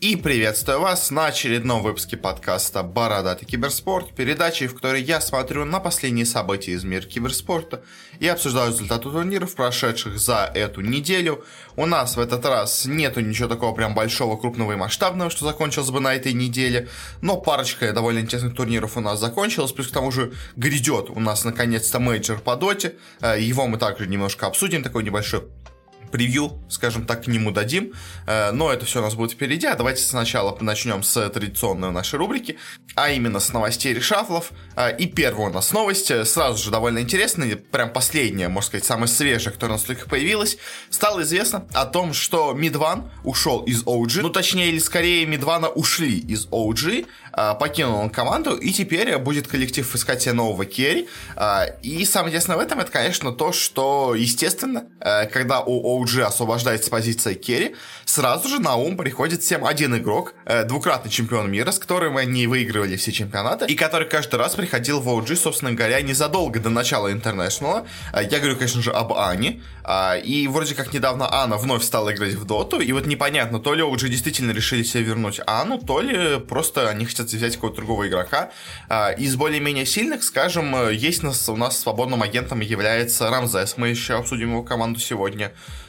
И приветствую вас на очередном выпуске подкаста «Бородатый киберспорт», передачи, в которой я смотрю на последние события из мира киберспорта и обсуждаю результаты турниров, прошедших за эту неделю. У нас в этот раз нету ничего такого прям большого, крупного и масштабного, что закончилось бы на этой неделе, но парочка довольно интересных турниров у нас закончилась, плюс к тому же грядет у нас наконец-то мейджор по доте, его мы также немножко обсудим, такой небольшой превью, скажем так, к нему дадим, но это все у нас будет впереди, а давайте сначала начнем с традиционной нашей рубрики, а именно с новостей решафлов, и первая у нас новость, сразу же довольно интересная, прям последняя, можно сказать, самая свежая, которая у нас только появилась, стало известно о том, что Mid1 ушел из OG, ну точнее, или скорее Mid1 ушли из OG, покинул он команду, и теперь будет коллектив искать себе нового керри, и самое интересное в этом, это, конечно, то, что, естественно, когда у OG освобождается позиция керри, сразу же на ум приходит всем один игрок, двукратный чемпион мира, с которым они выигрывали все чемпионаты, и который каждый раз приходил в OG, собственно говоря, незадолго до начала International. Я говорю, конечно же, об Ане, и вроде как недавно Анна вновь стала играть в доту, и вот непонятно, то ли OG действительно решили себе вернуть Анну, то ли просто они хотят взять какого-то другого игрока. Из более-менее сильных, скажем, есть у нас свободным агентом является Рамзес, мы еще обсудим его команду сегодня,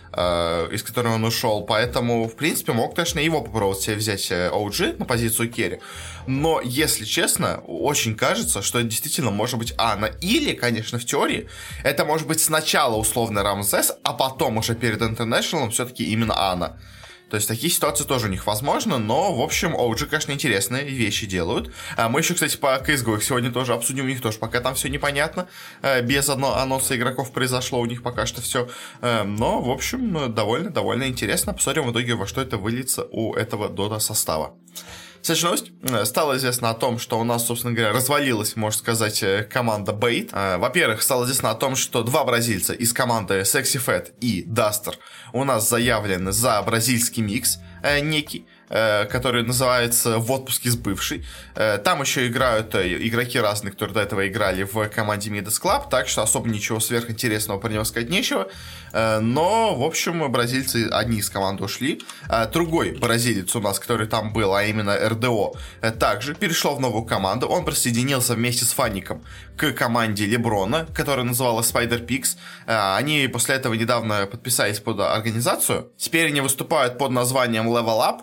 из которой он ушел, поэтому, в принципе, мог, конечно, его попробовать себе взять OG на позицию керри, но, если честно, очень кажется, что это действительно может быть Анна, или, конечно, в теории, это может быть сначала условно Рамзес, а потом уже перед International все-таки именно Анна. То есть такие ситуации тоже у них возможны, но, в общем, OG, конечно, интересные вещи делают. Мы еще, кстати, по CSGO их сегодня тоже обсудим, у них тоже пока там все непонятно. Без одного анонса игроков произошло у них пока что все. Но, в общем, довольно интересно. Посмотрим в итоге, во что это выльется у этого дота состава. Следующая новость. Стало известно о том, что у нас, собственно говоря, развалилась, можно сказать, команда Bait. Во-первых, стало известно о том, что два бразильца из команды Sexy Fat и Duster у нас заявлены за бразильский микс некий, который называется «В отпуске с бывшей». Там еще играют игроки разные, которые до этого играли в команде Midas Club, так что особо ничего сверхинтересного про него сказать нечего. Но, в общем, бразильцы одни из команды ушли. Другой бразилец у нас, который там был, а именно РДО, также перешел в новую команду. Он присоединился вместе с Фанником к команде Леброна, которая называлась Spider Pigs. Они после этого недавно подписались под организацию. Теперь они выступают под названием Level Up,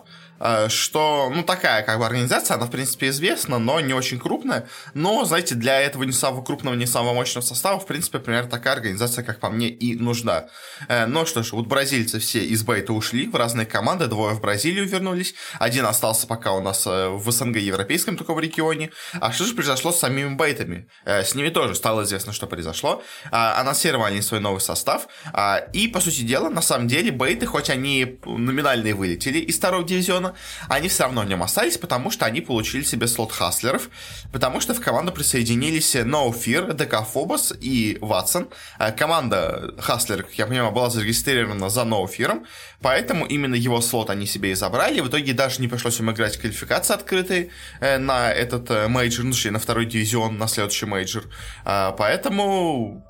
что, ну, такая, как бы, организация, она, в принципе, известна, но не очень крупная, но, знаете, для этого не самого крупного, не самого мощного состава, в принципе, примерно такая организация, как по мне, и нужна. Но что ж, вот бразильцы все из Бейта ушли в разные команды, двое в Бразилию вернулись, один остался пока у нас в СНГ, европейском таком регионе. А что же произошло с самими Бейтами? С ними тоже стало известно, что произошло. Анонсировали свой новый состав, и, по сути дела, на самом деле, Бейты, хоть они номинально вылетели из второго дивизиона, они все равно в нем остались, потому что они получили себе слот хаслеров, потому что в команду присоединились No Fear, ДК Фобос и Ватсон. Команда хаслер, как я понимаю, была зарегистрирована за No Fear, поэтому именно его слот они себе и забрали. В итоге даже не пришлось им играть квалификации открытые на этот мейджор, ну, на второй дивизион, на следующий мейджор. Поэтому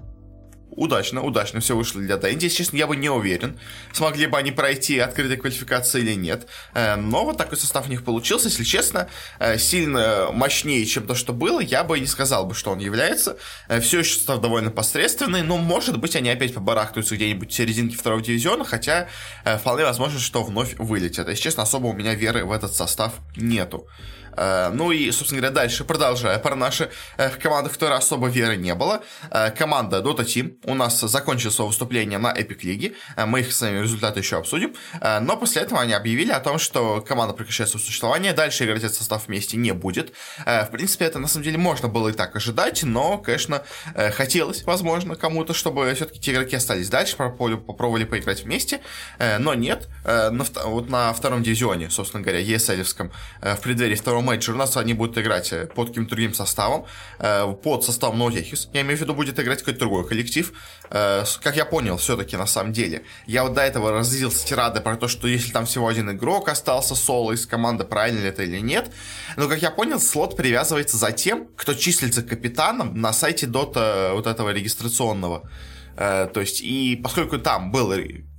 удачно все вышло для Дэнди. Если честно, я бы не уверен, смогли бы они пройти открытой квалификации или нет. Но вот такой состав у них получился. Если честно, сильно мощнее, чем то, что было, я бы не сказал бы, что он является. Все еще состав довольно посредственный, но, может быть, они опять побарахтаются где-нибудь в серединке второго дивизиона, хотя вполне возможно, что вновь вылетят. Если честно, особо у меня веры в этот состав нету. Ну и, собственно говоря, дальше, продолжая про наши команды, в которые особо веры не было. Команда Dota Team у нас закончила свое выступление на Epic League. Мы их с вами результаты еще обсудим. Но после этого они объявили о том, что команда прекращает свое существование. Дальше играть этот состав вместе не будет. В принципе, это на самом деле можно было и так ожидать, но, конечно, хотелось, возможно, кому-то, чтобы все-таки те игроки остались дальше, попробовали поиграть вместе. Но нет. Вот на втором дивизионе, собственно говоря, ESL-евском, в преддверии второго мейджора у нас они будут играть под каким-то другим составом, под составом NoTechis. Я имею в виду, будет играть какой-то другой коллектив. Как я понял, все-таки на самом деле, я вот до этого разлился тирадой про то, что если там всего один игрок остался соло из команды, правильно ли это или нет. Но, как я понял, слот привязывается за тем, кто числится капитаном на сайте Dota вот этого регистрационного. То есть, и поскольку там был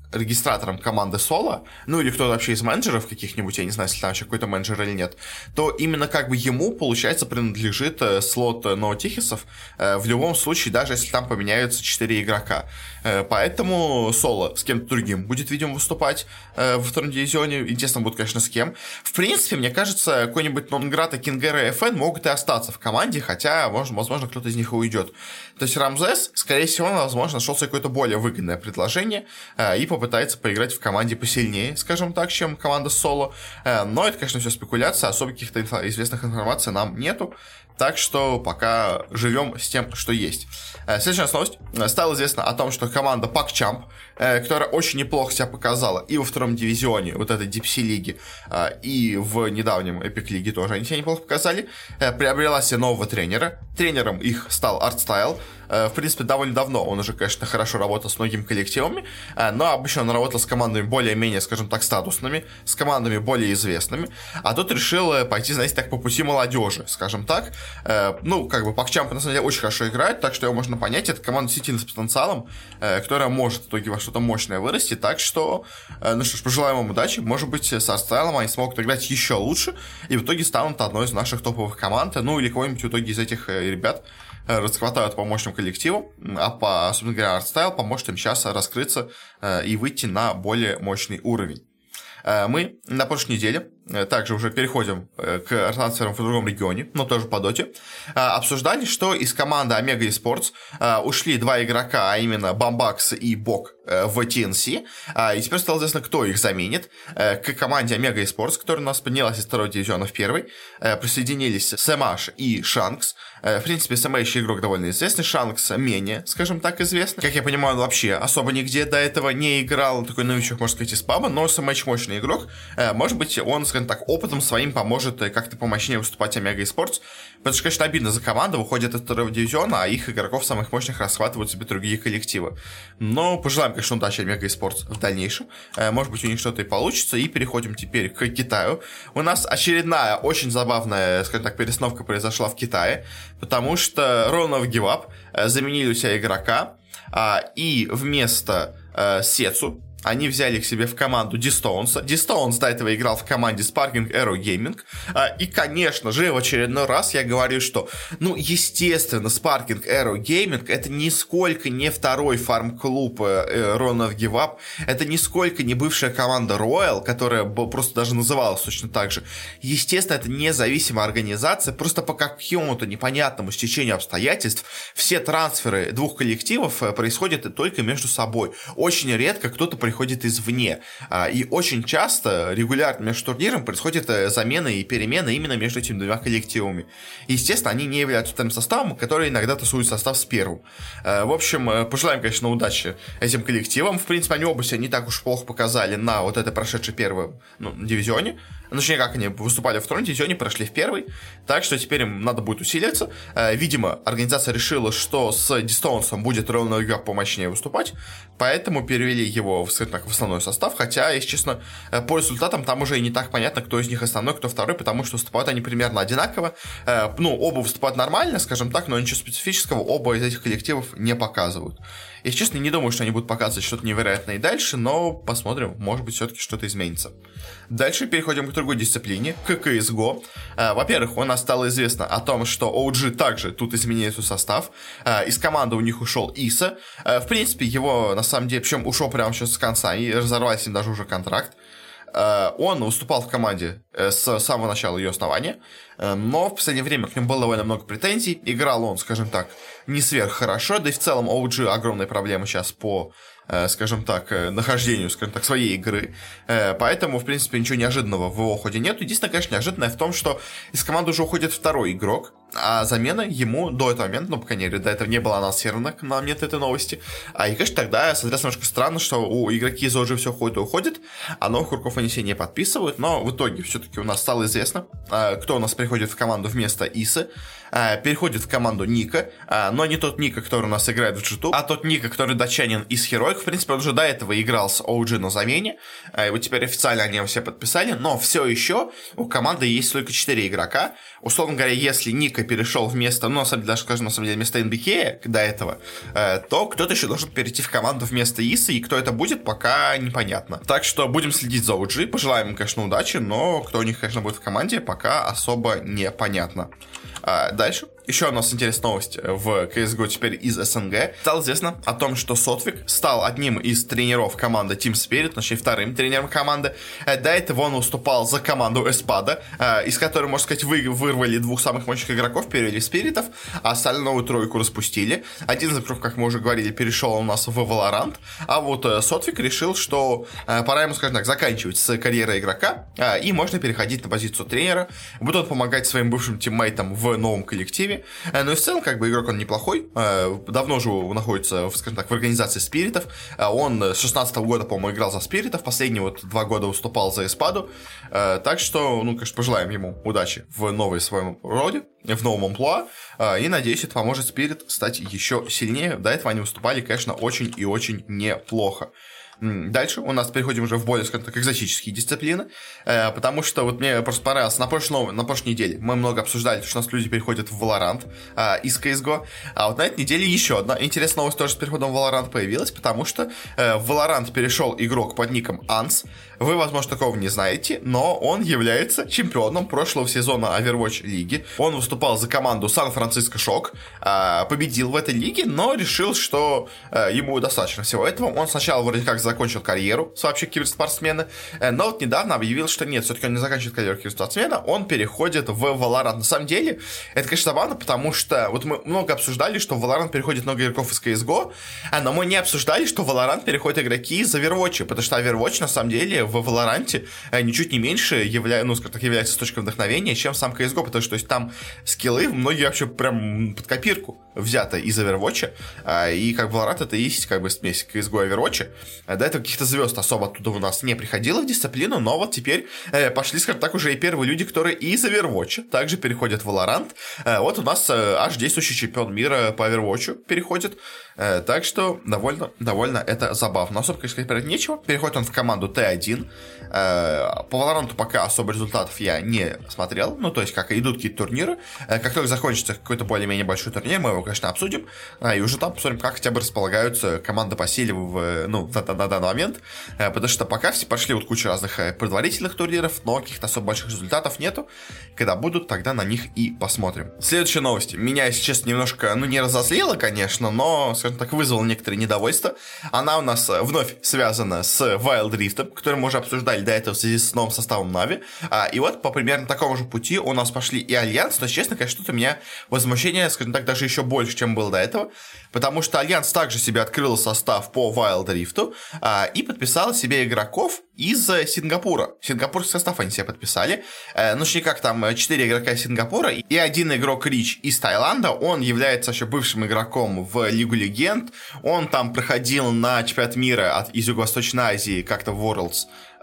регистратором команды Соло, ну или кто-то вообще из менеджеров каких-нибудь, я не знаю, если там еще какой-то менеджер или нет, то именно как бы ему, получается, принадлежит слот ноутихисов в любом случае, даже если там поменяются 4 игрока. Поэтому Соло с кем-то другим будет, видимо, выступать во втором дивизионе. Интересно будет, конечно, с кем. В принципе, мне кажется, какой-нибудь Нонграта, Кингера и ФН могут и остаться в команде, хотя, возможно, кто-то из них и уйдет. То есть Рамзес, скорее всего, возможно, нашел себе какое-то более выгодное предложение и попытается поиграть в команде посильнее, скажем так, чем команда Соло. Но это, конечно, все спекуляция, особо каких-то известных информаций нам нету. Так что пока живем с тем, что есть. Следующая новость. Стало известно о том, что команда PacChamp, которая очень неплохо себя показала и во втором дивизионе вот этой DPC лиги, и в недавнем Epic лиге тоже они себя неплохо показали, приобрела себе нового тренера. Тренером их стал ArtStyle. В принципе, довольно давно он уже, конечно, хорошо работал с многими коллективами, но обычно он работал с командами более-менее, скажем так, статусными, с командами более известными, а тут решил пойти, знаете, так по пути молодежи, скажем так. Ну, как бы PacChamp, на самом деле, очень хорошо играет, так что его можно понять, это команда действительно с потенциалом, которая может в итоге во что-то мощное вырасти, так что, ну что ж, пожелаем им удачи, может быть, с ArtStyle они смогут играть еще лучше, и в итоге станут одной из наших топовых команд, ну, или кого-нибудь в итоге из этих ребят расхватают по мощному коллективу, а собственно говоря, ArtStyle поможет им сейчас раскрыться и выйти на более мощный уровень. Мы на прошлой неделе также уже переходим к трансферам в другом регионе, но тоже по доте. Обсуждали, что из команды Omega Esports ушли два игрока, а именно Бамбакс и Бок в TNC. И теперь стало известно, кто их заменит. К команде Omega Esports, которая у нас поднялась из второго дивизиона в первый, присоединились Сэмаш и Шанкс. В принципе, Сэмаш игрок довольно известный, Шанкс менее, скажем так, известный. Как я понимаю, он вообще особо нигде до этого не играл. Такой новичок, можно сказать, из паба, но Сэмаш мощный игрок. Может быть, он, скажем так, опытом своим поможет как-то помощнее выступать Omega Esports. Потому что, конечно, обидно за команду, выходит из второго дивизиона, а их игроков самых мощных расхватывают себе другие коллективы. Но пожелаем, конечно, удачи Omega Esports в дальнейшем. Может быть, у них что-то и получится. И переходим теперь к Китаю. У нас очередная очень забавная, скажем так, перестановка произошла в Китае, потому что ровно в Give Up заменили у себя игрока, и вместо Сетсу они взяли к себе в команду Дистоунса. Дистоунс до этого играл в команде Sparking Arrow Gaming. И, конечно же, в очередной раз я говорю, что, ну, естественно, Sparking Arrow Gaming это нисколько не второй фарм-клуб Run of Give Up. Это нисколько не бывшая команда Royal, которая просто даже называлась точно так же. Естественно, это независимая организация. Просто по какому-то непонятному стечению обстоятельств все трансферы двух коллективов происходят только между собой. Очень редко кто-то приходит извне. И очень часто, регулярно между турниром происходят замены и перемены именно между этими двумя коллективами. И, естественно, они не являются тем составом, который иногда тасует состав с первым. В общем, пожелаем, конечно, удачи этим коллективам. В принципе, они оба себя не так уж плохо показали на вот этой прошедшей первом дивизионе. Точнее, как они выступали во втором дивизионе, прошли в первый. Так что теперь им надо будет усилиться. Видимо, организация решила, что с Дистоунсом будет ровно игрок помощнее выступать. Поэтому перевели его в основной состав. Хотя, если честно, по результатам там уже и не так понятно, кто из них основной, кто второй, потому что выступают они примерно одинаково. Оба выступают нормально, скажем так, но ничего специфического оба из этих коллективов не показывают. Если честно, не думаю, что они будут показывать что-то невероятное и дальше, но посмотрим, может быть, все-таки что-то изменится. Дальше переходим к другой дисциплине, к CSGO. Во-первых, у нас стало известно о том, что OG также тут изменили свой состав. Из команды у них ушел Иса. В принципе, его, на самом деле, причем ушел прямо сейчас с конца, и разорвали с ним даже уже контракт. Он выступал в команде с самого начала ее основания, но в последнее время к нему было довольно много претензий. Играл он, скажем так, не сверх хорошо, да и в целом OG огромные проблемы сейчас по, скажем так, нахождению, скажем так, своей игры. Поэтому, в принципе, ничего неожиданного в его уходе нет. Единственное, конечно, неожиданное в том, что из команды уже уходит второй игрок, а замена ему до этого момента, по крайней мере, до этого не было анонсировано на момент этой новости. И, конечно, тогда, соответственно, немножко странно, что у игроки из OG все уходят и уходят, а новых игроков они себе не подписывают, но в итоге все-таки у нас стало известно, кто у нас приходит в команду вместо Исы. Переходит в команду Ника, но не тот Ника, который у нас играет в G2, а тот Ника, который датчанин из Heroic. В принципе, он уже до этого играл с OG на замене, и вот теперь официально они его все подписали, но все еще у команды есть только 4 игрока. Условно говоря, если Ник Ника перешел вместо, ну, на самом деле, даже скажем, на самом деле, вместо НБК до этого, то кто-то еще должен перейти в команду вместо Исы, и кто это будет, пока непонятно. Так что будем следить за OG, пожелаем им, конечно, удачи, но кто у них, конечно, будет в команде, пока особо непонятно. Дальше. Еще у нас интересная новость в CSGO теперь из СНГ. Стало известно о том, что Сотвик стал одним из тренеров команды Team Spirit, точнее вторым тренером команды. До этого он выступал за команду Эспада, из которой, можно сказать, вырвали двух самых мощных игроков, перевели в Спиритов, а остальную тройку распустили. Один из игроков, как мы уже говорили, перешел у нас в Valorant, а вот Сотвик решил, что пора ему, скажем так, заканчивать с карьерой игрока, и можно переходить на позицию тренера. Будет он помогать своим бывшим тиммейтам в новом коллективе. Ну и в целом, как бы, игрок он неплохой. Давно уже находится, скажем так, в организации Спиритов. Он с 16 года, по-моему, играл за Спиритов. Последние вот 2 года выступал за Эспаду. Так что, ну, конечно, пожелаем ему удачи в новой своем роде, в новом амплуа. И, надеюсь, это поможет Спирит стать еще сильнее. До этого они выступали, конечно, очень и очень неплохо. Дальше у нас переходим уже в более, скажем так, экзотические дисциплины, потому что вот мне просто понравилось, на прошлой неделе мы много обсуждали, что у нас люди переходят в Valorant из CSGO, а вот на этой неделе еще одна интересная новость тоже с переходом в Valorant появилась, потому что в Valorant перешел игрок под ником Анс. Вы, возможно, такого не знаете, но он является чемпионом прошлого сезона Overwatch лиги. Он выступал за команду Сан-Франциско Шок, победил в этой лиге, но решил, что ему достаточно всего этого. Он сначала вроде как закончил карьеру вообще киберспортсмена, но вот недавно объявил, что нет, все-таки он не заканчивает карьеру киберспортсмена, он переходит в Valorant. На самом деле, это, конечно, забавно, потому что вот мы много обсуждали, что в Valorant переходит много игроков из CSGO, но мы не обсуждали, что в Valorant переходят игроки из Overwatch, потому что Overwatch, на самом деле, в Valorant ничуть не меньше является точкой вдохновения, чем сам CSGO, потому что, то есть, там скиллы многие вообще прям под копирку взято из Overwatch, и как Valorant это и есть как бы смесь CSGO и Overwatch. До этого каких-то звезд особо оттуда у нас не приходило в дисциплину, но вот теперь пошли, скажем так, уже и первые люди, которые из Overwatch также переходят в Valorant. Вот у нас аж действующий чемпион мира по Overwatch переходит, так что довольно это забавно. Особо, конечно, сказать про это нечего. Переходит он в команду Т1. По Valorant пока особо результатов я не смотрел, ну, то есть, как идут какие-то турниры. Как только закончится какой-то более-менее большой турнир, мы его, конечно, обсудим, и уже там посмотрим, как хотя бы располагаются команды по силе на данный момент, потому что пока все прошли вот кучу разных предварительных турниров, но каких-то особо больших результатов нету. Когда будут, тогда на них и посмотрим. Следующая новость. Меня, если честно, немножко, не разозлила, конечно, но, скажем так, вызвала некоторое недовольство. Она у нас вновь связана с Wild Rift, который мы уже обсуждали до этого в связи с новым составом Нави. И вот по примерно такому же пути у нас пошли и Альянс, но, честно, конечно, тут у меня возмущение, скажем так, даже еще больше, чем было до этого, потому что Альянс также себе открыл состав по Wild Rift и подписал себе игроков из Сингапура. Сингапурский состав они себе подписали. Ну, как там 4 игрока из Сингапура и один игрок Рич из Таиланда. Он является еще бывшим игроком в Лигу Легенд. Он там проходил на чемпионат мира из Юго-Восточной Азии как-то в Worlds,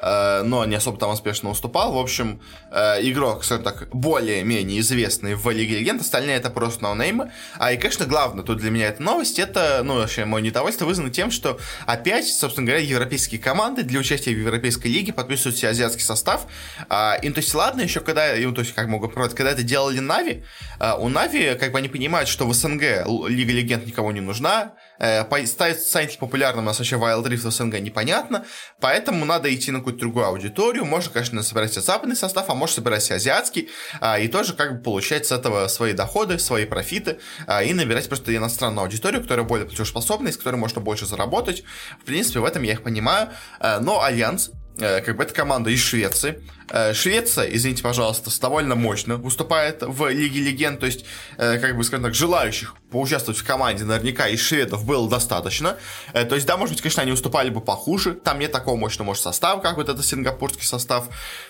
но не особо там успешно уступал. В общем, игрок, скажем так, более-менее известный в Лиге Легенд. Остальные это просто ноунеймы. И, конечно, главное тут для меня эта новость, это, вообще, мое недовольство вызвано тем, что опять, собственно говоря, европейские команды для участия в Европейской лиге подписывают себе азиатский состав. То есть, ладно, еще когда, как могу сказать, когда это делали Нави, у Нави, как бы, они понимают, что в СНГ Лига Легенд никому не нужна, станет популярным у нас вообще Wild Rift в СНГ непонятно, поэтому надо идти на какую-то другую аудиторию. Можно, конечно, собирать себе западный состав, а можно собирать себе азиатский, и тоже как бы получать с этого свои доходы, свои профиты, и набирать просто иностранную аудиторию, которая более платежеспособна, с которой можно больше заработать. В принципе, в этом я их понимаю, но Альянс, как бы, это команда из Швеции. Швеция, извините, пожалуйста, довольно мощно выступает в Лиге Легенд, то есть, как бы, скажем так, желающих поучаствовать в команде наверняка из шведов было достаточно. То есть, да, может быть, конечно, они выступали бы похуже, там нет такого мощного, может, состава, как вот это сингапурский состав,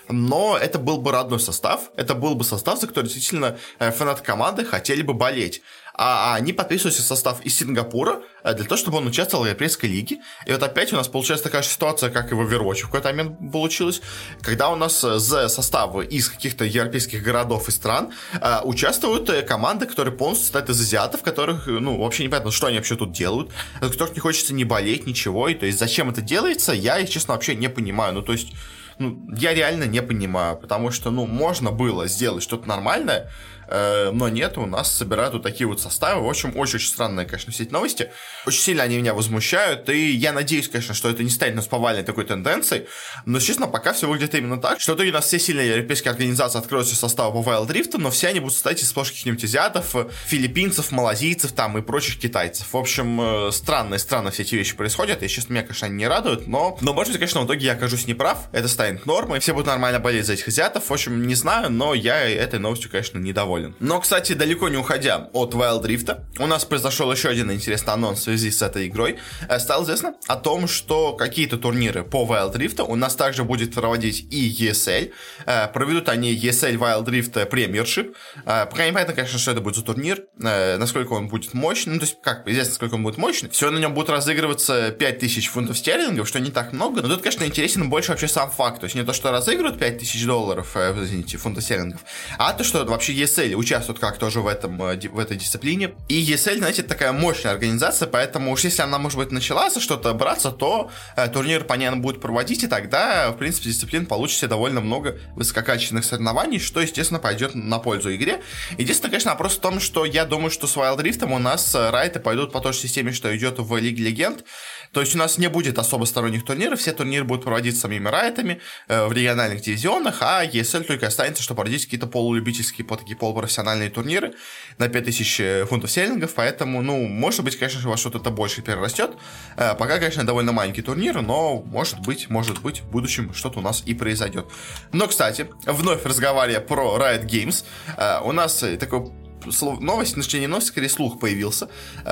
но это был бы родной состав, это был бы состав, за который действительно фанаты команды хотели бы болеть. А они подписывались в состав из Сингапура для того, чтобы он участвовал в Европейской лиге. И вот опять у нас получается такая же ситуация, как и в Overwatch в какой-то момент получилось, когда у нас за составы из каких-то европейских городов и стран участвуют команды, которые полностью состоят из азиатов, которых, вообще непонятно, что они вообще тут делают, от которых не хочется ни болеть, ничего. И то есть зачем это делается, я, если честно, вообще не понимаю. То есть я реально не понимаю, потому что, можно было сделать что-то нормальное, но нет, у нас собирают вот такие вот составы. В общем, очень-очень странные, конечно, все эти новости. Очень сильно они меня возмущают, и я надеюсь, конечно, что это не станет нас повальной такой тенденцией, но, честно, пока все выглядит именно так, что в итоге у нас все сильные европейские организации откроются составы по Wild Rift, но все они будут состоять из сплошь каких-нибудь азиатов, филиппинцев, малазийцев там и прочих китайцев. В общем, странно все эти вещи происходят, и, честно, меня, конечно, они не радуют, но может быть, конечно, в итоге я окажусь неправ, это станет нормой, все будут нормально болеть за этих азиатов. В общем, не знаю, но я этой новостью, конечно, недоволен. Но, кстати, далеко не уходя от Wild Rift, у нас произошел еще один интересный анонс в связи с этой игрой. Стало известно о том, что какие-то турниры по Wild Rift у нас также будет проводить и ESL. Проведут они ESL Wild Rift Premiership. Пока не понятно, конечно, что это будет за турнир, насколько он будет мощный. То есть, как известно, сколько он будет мощный. Всего на нем будет разыгрываться 5000 фунтов стерлингов, что не так много. Но тут, конечно, интересен больше вообще сам факт. То есть, не то, что разыгрывают $5000, фунтов стерлингов, а то, что вообще ESL участвуют как тоже в этой дисциплине. И ESL, знаете, это такая мощная организация, поэтому уж если она, может быть, начала за что-то браться, то турнир, понятно, будет проводить, и тогда, в принципе, дисциплин получит себе довольно много высококачественных соревнований, что, естественно, пойдет на пользу игре. Единственное, конечно, вопрос в том, что я думаю, что с Wild Rift у нас райты пойдут по той же системе, что идет в Лиге Легенд. То есть у нас не будет особо сторонних турниров, все турниры будут проводиться самими райтами в региональных дивизионах, а ESL только останется, чтобы проводить какие-то полулюбительские, такие полупрофессиональные турниры на 5000 фунтов стерлингов, поэтому, может быть, конечно, во что-то больше перерастет. Пока, конечно, довольно маленький турнир, но может быть, в будущем что-то у нас и произойдет. Но, кстати, вновь разговаривая про Riot Games, у нас такой новость, не новость, скорее слух появился.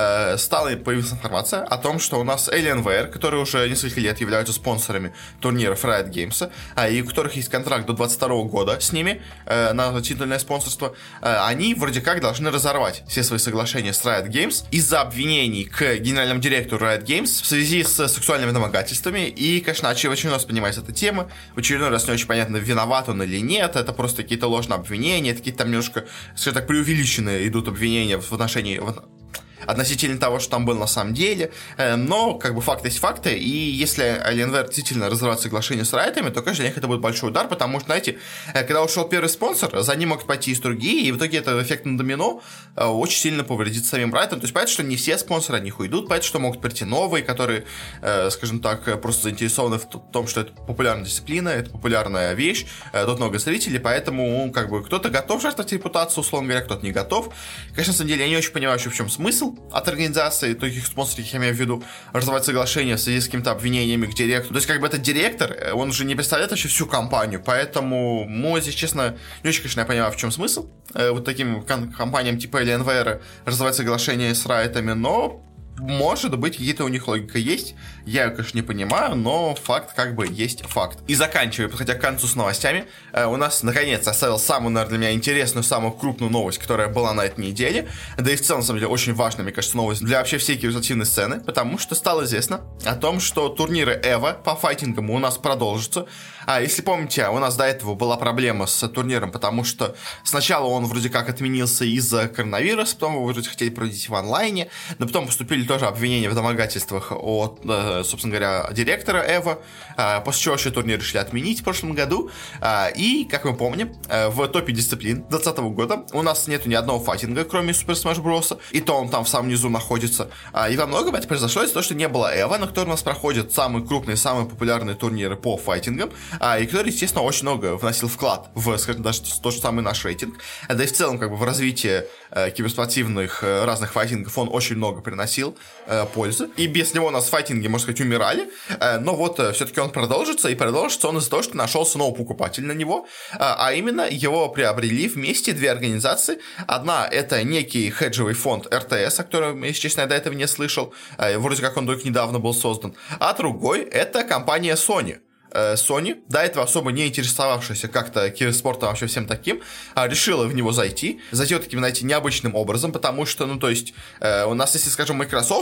Появилась информация о том, что у нас Alienware, которые уже несколько лет являются спонсорами турниров Riot Games, и у которых есть контракт до 2022 года с ними на титульное спонсорство, они вроде как должны разорвать все свои соглашения с Riot Games из-за обвинений к генеральному директору Riot Games в связи с сексуальными домогательствами. И, конечно, в очередной раз поднимается эта тема. В очередной раз не очень понятно, виноват он или нет. Это просто какие-то ложные обвинения, какие-то там немножко, скажем так, преувеличенные идут обвинения в отношении относительно того, что там было на самом деле, но как бы факты есть факты, и если Alienware действительно разорвет соглашение с Райтами, то, конечно, для них это будет большой удар, потому что, знаете, когда ушел первый спонсор, за ним могут пойти и другие, и в итоге это эффект на домино очень сильно повредит самим Райтам. То есть понятно, что не все спонсоры от них уйдут, понятно, что могут прийти новые, которые, скажем так, просто заинтересованы в том, что это популярная дисциплина, это популярная вещь, тут много зрителей, поэтому как бы кто-то готов жертвовать репутацию, условно говоря, кто-то не готов. Конечно, на самом деле, я не очень понимаю вообще, в чем смысл от организации, таких спонсоров, я имею в виду, разрывать соглашение в связи с какими-то обвинениями к директору. То есть, как бы этот директор, он уже не представляет вообще всю компанию, поэтому, здесь, честно, не очень, конечно, я понимаю, в чем смысл вот таким компаниям типа Alienware разрывать соглашение с Райтами, но может быть, какие-то у них логика есть. Я ее, конечно, не понимаю, но факт как бы есть факт. И заканчивая, подходя к концу с новостями, у нас, наконец, оставил самую, наверное, для меня интересную, самую крупную новость, которая была на этой неделе. Да и в целом, на самом деле, очень важная, мне кажется, новость для вообще всей киберспортивной сцены, потому что стало известно о том, что турниры EVO по файтингам у нас продолжатся. Если помните, у нас до этого была проблема с турниром, потому что сначала он вроде как отменился из-за коронавируса, потом его вроде хотели проводить в онлайне, но потом поступили тоже обвинения в домогательствах от, собственно говоря, директора EVO, после чего еще турнир решили отменить в прошлом году. И, как мы помним, в топе дисциплин 2020 года у нас нету ни одного файтинга, кроме Super Smash Bros. И то он там в самом низу находится. И во многом это произошло из-за того, что не было EVO, на котором у нас проходят самые крупные, самые популярные турниры по файтингам, и который, естественно, очень много вносил вклад в, скажем, даже тот же самый наш рейтинг. Да и в целом, как бы, в развитие киберспортивных разных файтингов он очень много приносил пользы. И без него у нас файтинги, можно сказать, умирали. Но вот все-таки он продолжится, и продолжится он из-за того, что нашелся новый покупатель на него. А именно, его приобрели вместе две организации. Одна — это некий хеджевый фонд РТС, о котором, если честно, я до этого не слышал. Вроде как он только недавно был создан. А другой — это компания Sony. Sony, до этого особо не интересовавшаяся как-то киберспортом вообще всем таким, решила в него зайти вот таким, знаете, необычным образом, потому что, у нас, если, скажем, Microsoft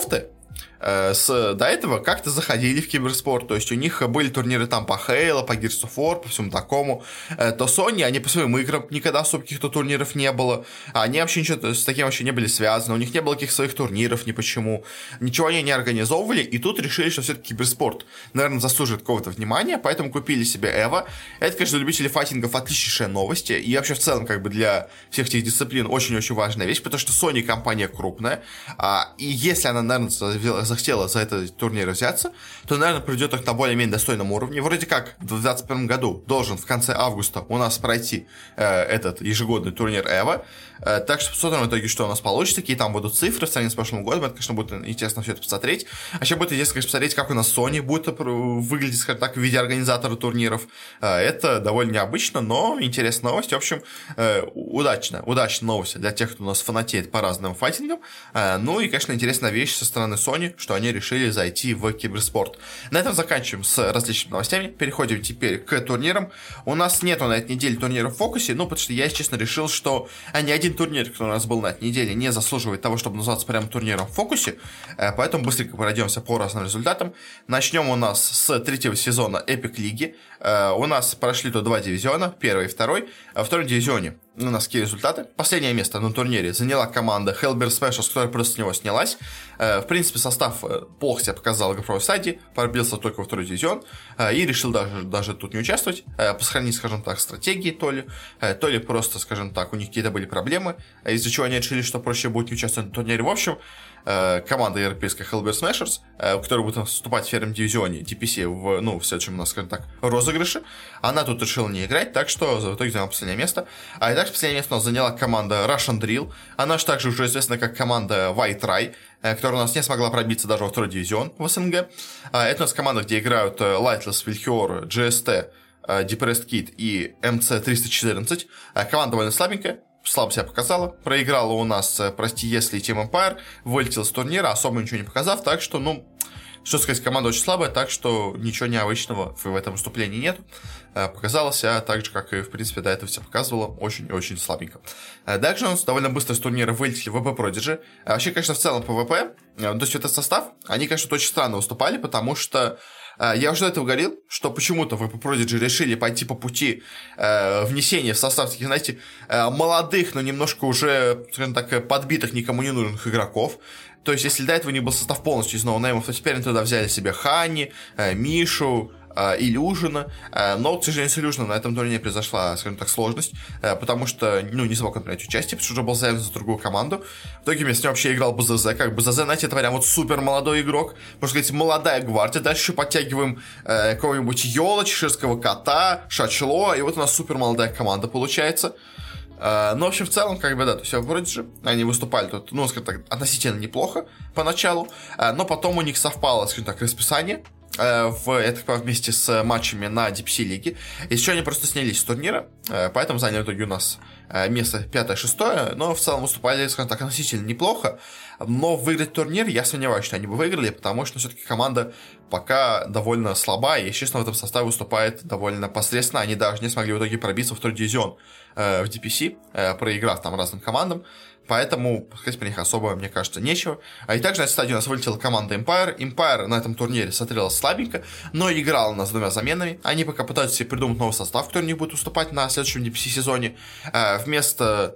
до этого как-то заходили в киберспорт, то есть у них были турниры там по Halo, по Gears of War, по всему такому, то Sony, они по своим играм никогда особо каких-то турниров не было, они вообще ничего с таким вообще не были связаны, у них не было каких-то своих турниров ни почему, ничего они не организовывали, и тут решили, что все-таки киберспорт, наверное, заслуживает какого-то внимания, поэтому купили себе EVO. Это, конечно, для любителей файтингов отличнейшая новость, и вообще в целом как бы для всех этих дисциплин очень-очень важная вещь, потому что Sony компания крупная, и если она, наверное, захотела за этот турнир взяться, то, наверное, придет их на более-менее достойном уровне. Вроде как в 2021 году должен в конце августа у нас пройти этот ежегодный турнир EVO. Так что посмотрим в итоге, что у нас получится, какие там будут цифры в сравнении с прошлым годом. Это, конечно, будет интересно все это посмотреть. А еще будет интересно, конечно, посмотреть, как у нас Sony будет выглядеть, скажем так, в виде организатора турниров. Это довольно необычно, но интересная новость. В общем, удачная новость для тех, кто у нас фанатеет по разным файтингам. Ну и, конечно, интересная вещь со стороны Sony, что они решили зайти в киберспорт. На этом заканчиваем с различными новостями. Переходим теперь к турнирам. У нас нету на этой неделе турнира в фокусе, потому что я, честно, решил, что ни один турнир, который у нас был на этой неделе, не заслуживает того, чтобы называться прямо турниром в фокусе, поэтому быстренько пройдемся по разным результатам. Начнем у нас с третьего сезона Epic Лиги. У нас прошли тут два дивизиона, первый и второй. Во втором дивизионе у нас какие результаты? Последнее место на турнире заняла команда Hellbear Specials, которая просто с него снялась. В принципе, состав плохо себя показал в игровой стадии, пробился только во второй дивизион и решил даже тут не участвовать, посохранить, скажем так, стратегии то ли просто, скажем так, у них какие-то были проблемы, из-за чего они решили, что проще будет не участвовать на турнире. В общем, команда европейская Hellbear Smashers, которая будет выступать в первом дивизионе DPC в следующем у нас, скажем так, розыгрыше, она тут решила не играть, так что в итоге заняла последнее место. А и также последнее место у нас заняла команда Russian Drill, она же также уже известна как команда White Rai, которая у нас не смогла пробиться даже во второй дивизион в СНГ. Это у нас команда, где играют Lightless, Vilhior, GST, Depressed Kid и MC314. Команда довольно слабенькая, слабо себя показала. Проиграла у нас, если Team Empire, вылетела с турнира, особо ничего не показав, так что, что сказать, команда очень слабая, так что ничего необычного в этом выступлении нет. Показала себя так же, как и, в принципе, до этого все показывала, очень и очень слабенько. Дальше у нас довольно быстро с турнира вылетели VP Prodigy. Вообще, конечно, в целом по VP, то есть этот состав, они, конечно, очень странно выступали, потому что я уже до этого говорил, что почему-то VP Prodigy решили пойти по пути внесения в состав таких, знаете, молодых, но немножко уже, скажем так, подбитых, никому не нужных игроков. То есть, если до этого не был состав полностью из ноунеймов, то теперь они туда взяли себе Хани, Мишу, Илюжина, но, к сожалению, с Илюжином на этом турнире произошла, скажем так, сложность, потому что, не смог он принять участие, потому что уже был заявлен за другую команду. В итоге вместо него вообще играл БЗЗ, как БЗЗ, знаете, это прям вот супер молодой игрок, можно сказать, молодая гвардия, дальше еще подтягиваем какого-нибудь Йола, Чеширского Кота, Шачло, и вот у нас супер молодая команда получается. Но, в общем, в целом, то есть вроде же они выступали тут, скажем так, относительно неплохо поначалу, но потом у них совпало, скажем так, расписание вместе с матчами на DPC лиге. Еще они просто снялись с турнира, поэтому заняли в итоге у нас место 5-6, но в целом выступали, скажем так, относительно неплохо. Но выиграть турнир, я сомневаюсь, что они бы выиграли, потому что все-таки команда пока довольно слабая, и, естественно, в этом составе выступает довольно посредственно. Они даже не смогли в итоге пробиться в второй дивизион в DPC, проиграв там разным командам. Поэтому сказать про них особо, мне кажется, нечего. И также на этой стадии у нас вылетела команда Empire. Empire на этом турнире смотрелась слабенько, но играла у нас с двумя заменами. Они пока пытаются себе придумать новый состав, который у них будет выступать на следующем DPC-сезоне. Вместо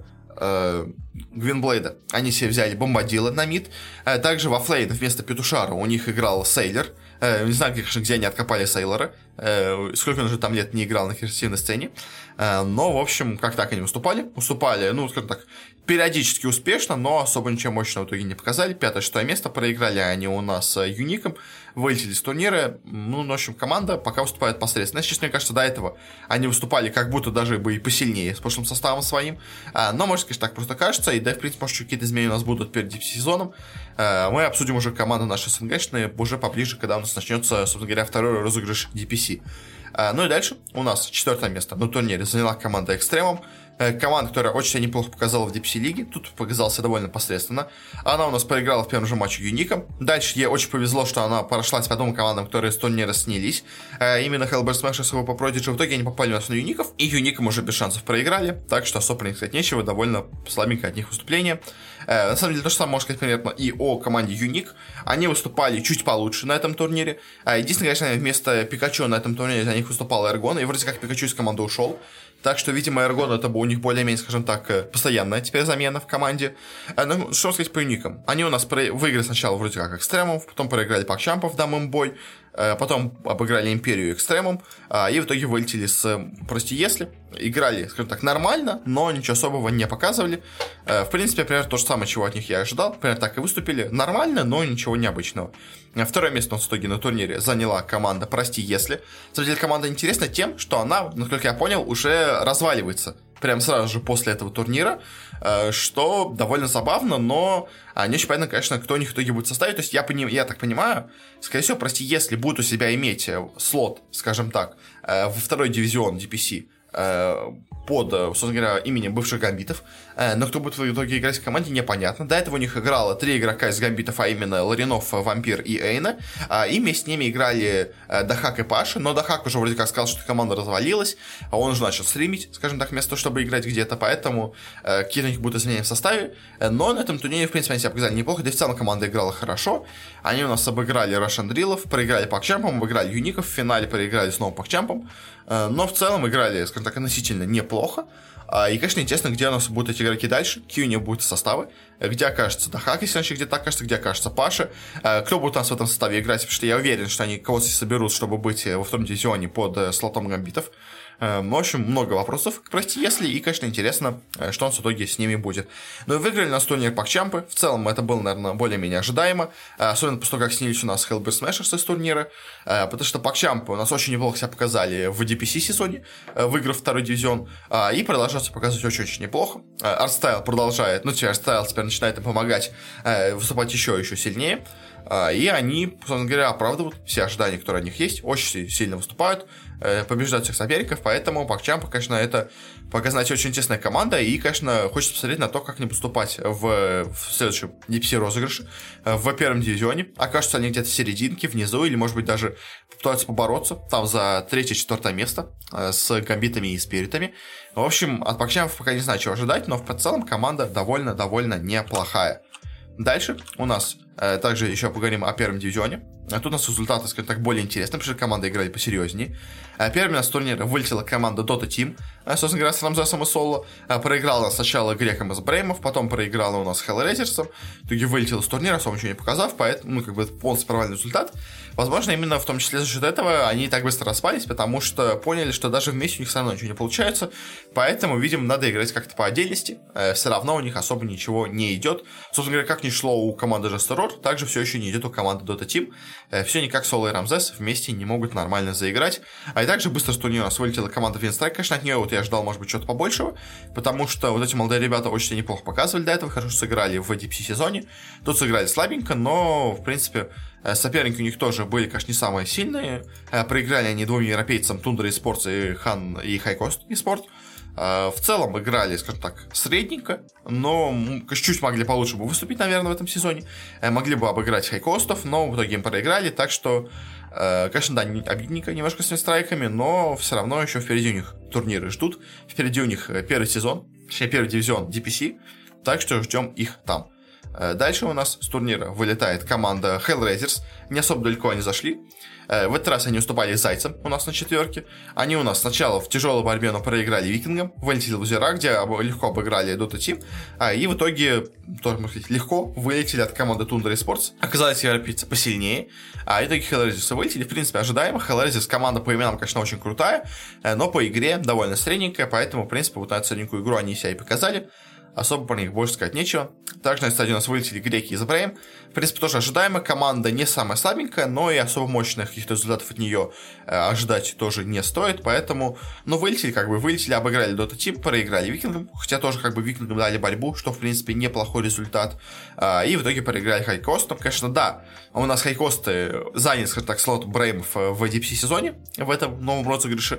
Гвинблейда они себе взяли Бомбадила на мид. Также во флейн вместо Петушара у них играл Сейлер. Не знаю, конечно, где они откопали Сейлора. Сколько он уже там лет не играл на креативной сцене. Но, в общем, как так они выступали? Выступали, скажем так, периодически успешно, но особо ничего мощного в итоге не показали. 5-6 место, проиграли они у нас Юником, вылетели с турнира. В общем, команда пока выступает посредственно. Честно, мне кажется, до этого они выступали как будто даже бы и посильнее с прошлым составом своим. Но, может, конечно, так просто кажется. И да, в принципе, может, какие-то изменения у нас будут перед сезоном. Мы обсудим уже команды наши СНГшные уже поближе, когда у нас начнется, собственно говоря, второй розыгрыш DPC. И дальше у нас 4 место на турнире заняла команда Экстремум. Команда, которая очень себя неплохо показала в DPC лиге, тут показался довольно посредственно. Она у нас проиграла в первом же матче Юником. Дальше ей очень повезло, что она прошлась по двум командам, которые с турнира снялись. Именно Hellbear Smashers и по Prodigy. В итоге они попали у нас на Юников, и Юником уже без шансов проиграли. Так что особо не сказать нечего, довольно слабенькое от них выступление. На самом деле, то же самое можно сказать примерно и о команде Юник. Они выступали чуть получше на этом турнире. Единственное, конечно, вместо Пикачу на этом турнире за них выступал Эргон, и вроде как Пикачу из команды ушел. Так что, видимо, Эргон это был у них более-менее, скажем так, постоянная теперь замена в команде. Ну, что сказать по Юникам? Они у нас выиграли сначала вроде как Экстремум, потом проиграли Пакчампов, дам им бой, потом обыграли Империю Экстремум, и в итоге вылетели с «Прости, если». Играли, скажем так, нормально, но ничего особого не показывали. В принципе, примерно то же самое, чего от них я ожидал. Примерно так и выступили. Нормально, но ничего необычного. Второе место у нас в итоге на турнире заняла команда «Прости, если». На самом деле, команда интересна тем, что она, насколько я понял, уже разваливается прямо сразу же после этого турнира, что довольно забавно, но не очень понятно, конечно, кто у них в итоге будет составить. То есть я так понимаю, скорее всего, «Прости, если» будут у себя иметь слот, скажем так, во второй дивизион DPC, под, собственно говоря, именем бывших гамбитов. Но кто будет в итоге играть в команде, непонятно. До этого у них играло 3 игрока из гамбитов, а именно Ларинов, Вампир и Эйна. И вместе с ними играли Дахак и Паша. Но Дахак уже вроде как сказал, что команда развалилась. А он уже начал стримить, скажем так, вместо того, чтобы играть где-то. Поэтому какие-то у них будут изменения в составе. Но на этом турнире, в принципе, они себя показали неплохо. Да и в целом команда играла хорошо. Они у нас обыграли Russian Drill'ов, проиграли Пакчампом, обыграли Юников. В финале проиграли снова Пакчампом. Но в целом играли, скажем так, относительно неплохо. И, конечно, интересно, где у нас будут эти игроки дальше, какие у них будут составы, где окажется Дахак, если он где-то окажется, где окажется Паша, кто будет у нас в этом составе играть, потому что я уверен, что они кого-то соберут, чтобы быть во втором дивизионе под слотом гамбитов. В общем, много вопросов, прости, если, и, конечно, интересно, что у нас в итоге с ними будет. Ну и выиграли на турнир Пакчампы. В целом, это было, наверное, более-менее ожидаемо. Особенно после того, как снялись у нас Hellbear Smashers из турнира. Потому что Пакчампы у нас очень неплохо себя показали в DPC сезоне, выиграв второй дивизион. И продолжают себя показывать очень-очень неплохо. Артстайл продолжает, Артстайл теперь начинает им помогать выступать еще сильнее. И они, собственно говоря, оправдывают все ожидания, которые у них есть, очень сильно выступают, побеждают всех соперников, поэтому Пакчампа, конечно, это показать очень интересная команда, и, конечно, хочется посмотреть на то, как они поступать в следующем DPC розыгрыше в первом дивизионе. Окажутся они где-то в серединке, внизу, или, может быть, даже попытаются побороться там за 3-4 место с гамбитами и спиритами. В общем, от Пакчампов пока не знаю, чего ожидать, но в целом команда довольно неплохая. Дальше у нас также еще поговорим о первом дивизионе. Тут у нас результаты, скажем так, более интересные, потому что команды играли посерьезнее. Первым у нас с турнира вылетела команда Dota Team, собственно говоря, с Рамзесом и Соло. Проиграла сначала Греком из Бреймов, потом проиграла у нас Hellraisers. В итоге вылетела с турнира, особо ничего не показав, поэтому, полностью провальный результат. Возможно, именно в том числе за счет этого они так быстро распались, потому что поняли, что даже вместе у них все равно ничего не получается. Поэтому, видимо, надо играть как-то по отдельности. Все равно у них особо ничего не идет. Собственно говоря, как ни шло у команды Жестерор, также все еще не идет у команды Dota Team. Все никак Соло и Рамзес вместе не могут нормально заиграть. И также быстро с турнира у нас вылетела команда Винстрайк. Конечно, от нее я ожидал, может быть, что-то побольшего, потому что эти молодые ребята очень себя неплохо показывали до этого, хорошо сыграли в DPC сезоне. Тут сыграли слабенько, но, в принципе, соперники у них тоже были, конечно, не самые сильные. Проиграли они двум европейцам Тундра Esports и Хан и Хайкост Esports. В целом играли, скажем так, средненько, но чуть могли получше бы выступить, наверное, в этом сезоне. Могли бы обыграть Хайкостов, но в итоге им проиграли, так что, конечно, да, обидненько немножко с страйками, но все равно еще впереди у них турниры ждут. Впереди у них первый сезон, точнее, первый дивизион DPC, так что ждем их там. Дальше у нас с турнира вылетает команда Hellraisers. Не особо далеко они зашли. В этот раз они уступали Зайцам у нас на четверке. Они у нас сначала в тяжелой борьбе, но проиграли Викингам. Вылетели в озера, где легко обыграли Dota Team. И в итоге, тоже, можно сказать, легко вылетели от команды Tundra Esports. Оказались европейцы посильнее. В итоге Hellraisers вылетели. В принципе, ожидаемо. Hellraisers команда по именам, конечно, очень крутая, но по игре довольно средненькая. Поэтому, в принципе, вот на эту средненькую игру они себя и показали. особо про них больше сказать нечего. Также на стадии у нас вылетели греки из Брейм. В принципе, тоже ожидаемо. Команда не самая слабенькая, но и особо мощных каких-то результатов от нее ожидать тоже не стоит. Поэтому, вылетели, обыграли Dota Team, проиграли Викингам. Хотя тоже Викингам дали борьбу, что, в принципе, неплохой результат. И в итоге проиграли Хайкостом. Конечно, да, у нас Хайкосты заняли, скажем так, слот Бреймов в DPC сезоне, в этом новом розыгрыше.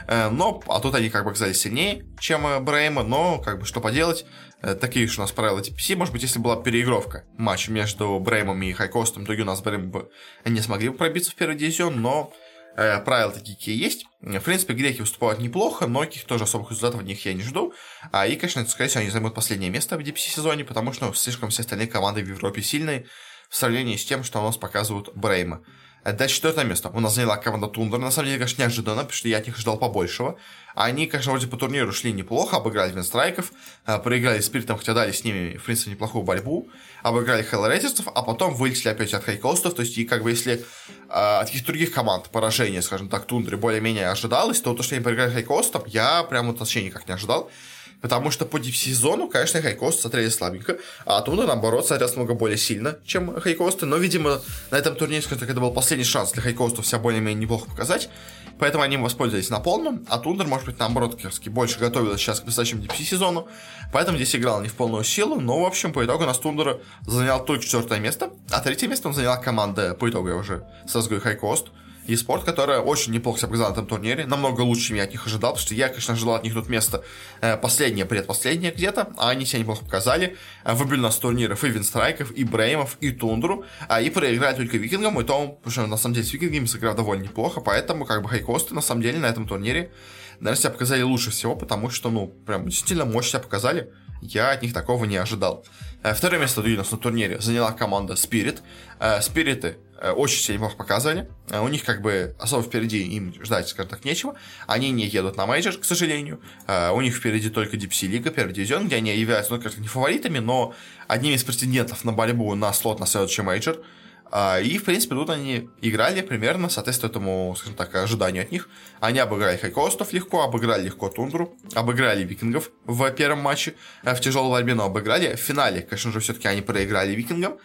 А тут они оказались сильнее, чем Брейма, но что поделать. Такие уж у нас правила DPC. Может быть, если была переигровка матча между Бреймом и Хайкостом, в итоге у нас Брейм бы не смогли бы пробиться в первый дивизион, но правила такие, какие есть. В принципе, греки выступают неплохо, но каких тоже особых результатов от них я не жду. И, конечно, скорее всего, они займут последнее место в DPC сезоне, потому что слишком все остальные команды в Европе сильные в сравнении с тем, что у нас показывают Бреймы. Дальше 4 место. У нас заняла команда Тундра. На самом деле, конечно, неожиданно, потому что я от них ждал побольшего. Они, конечно, вроде по турниру шли неплохо, обыграли Винстрайков, проиграли Спиритом, хотя дали с ними, в принципе, неплохую борьбу, обыграли Хеллрейзерсов, а потом вылетели опять от Хайкостов. То есть, и если от каких-то других команд поражение, скажем так, Тундре более-менее ожидалось, то что они проиграли Хайкостом, я прям вообще никак не ожидал. Потому что по DPC-сезону, конечно, Хайкосты смотрели слабенько, а Тундра, наоборот, смотрелся много более сильно, чем Хайкосты. Но, видимо, на этом турнире, скажем так, это был последний шанс для Хайкостов себя более-менее неплохо показать. Поэтому они воспользовались на полном, а Тундра, может быть, наоборот, больше готовилась сейчас к предстоящему DPC-сезону. Поэтому здесь играл не в полную силу. Но, в общем, по итогу у нас Тундра занял только 4 место, а 3 место он заняла команда, по итогу я уже сразу Хайкост. eSport, которая очень неплохо себя показала на этом турнире, намного лучше, чем я от них ожидал, потому что я, конечно, ожидал от них тут место последнее, предпоследнее где-то, а они себя неплохо показали, выбили нас с турниров и Винстрайков, и Бреймов, и Тундру, и проиграли только Викингам, и то, потому что, на самом деле, с Викингами сыграл довольно неплохо, поэтому, Хайкосты, на самом деле, на этом турнире, наверное, себя показали лучше всего, потому что, прям действительно мощно себя показали, я от них такого не ожидал. 2 место у нас на турнире заняла команда Spirit. Спириты очень себя неплохо показывали. У них особо впереди им ждать, скажем так, нечего. Они не едут на мейджор, к сожалению. У них впереди только DPC Лига, первый дивизион, где они являются, не фаворитами, но одними из претендентов на борьбу на слот на следующий мейджор. И, в принципе, тут они играли примерно, соответственно, этому, скажем так, ожиданию от них. Они обыграли Хайкостов легко, обыграли легко Тундру, обыграли Викингов в первом матче, в тяжелой борьбе, но обыграли. В финале, конечно же, все-таки они проиграли Викингам,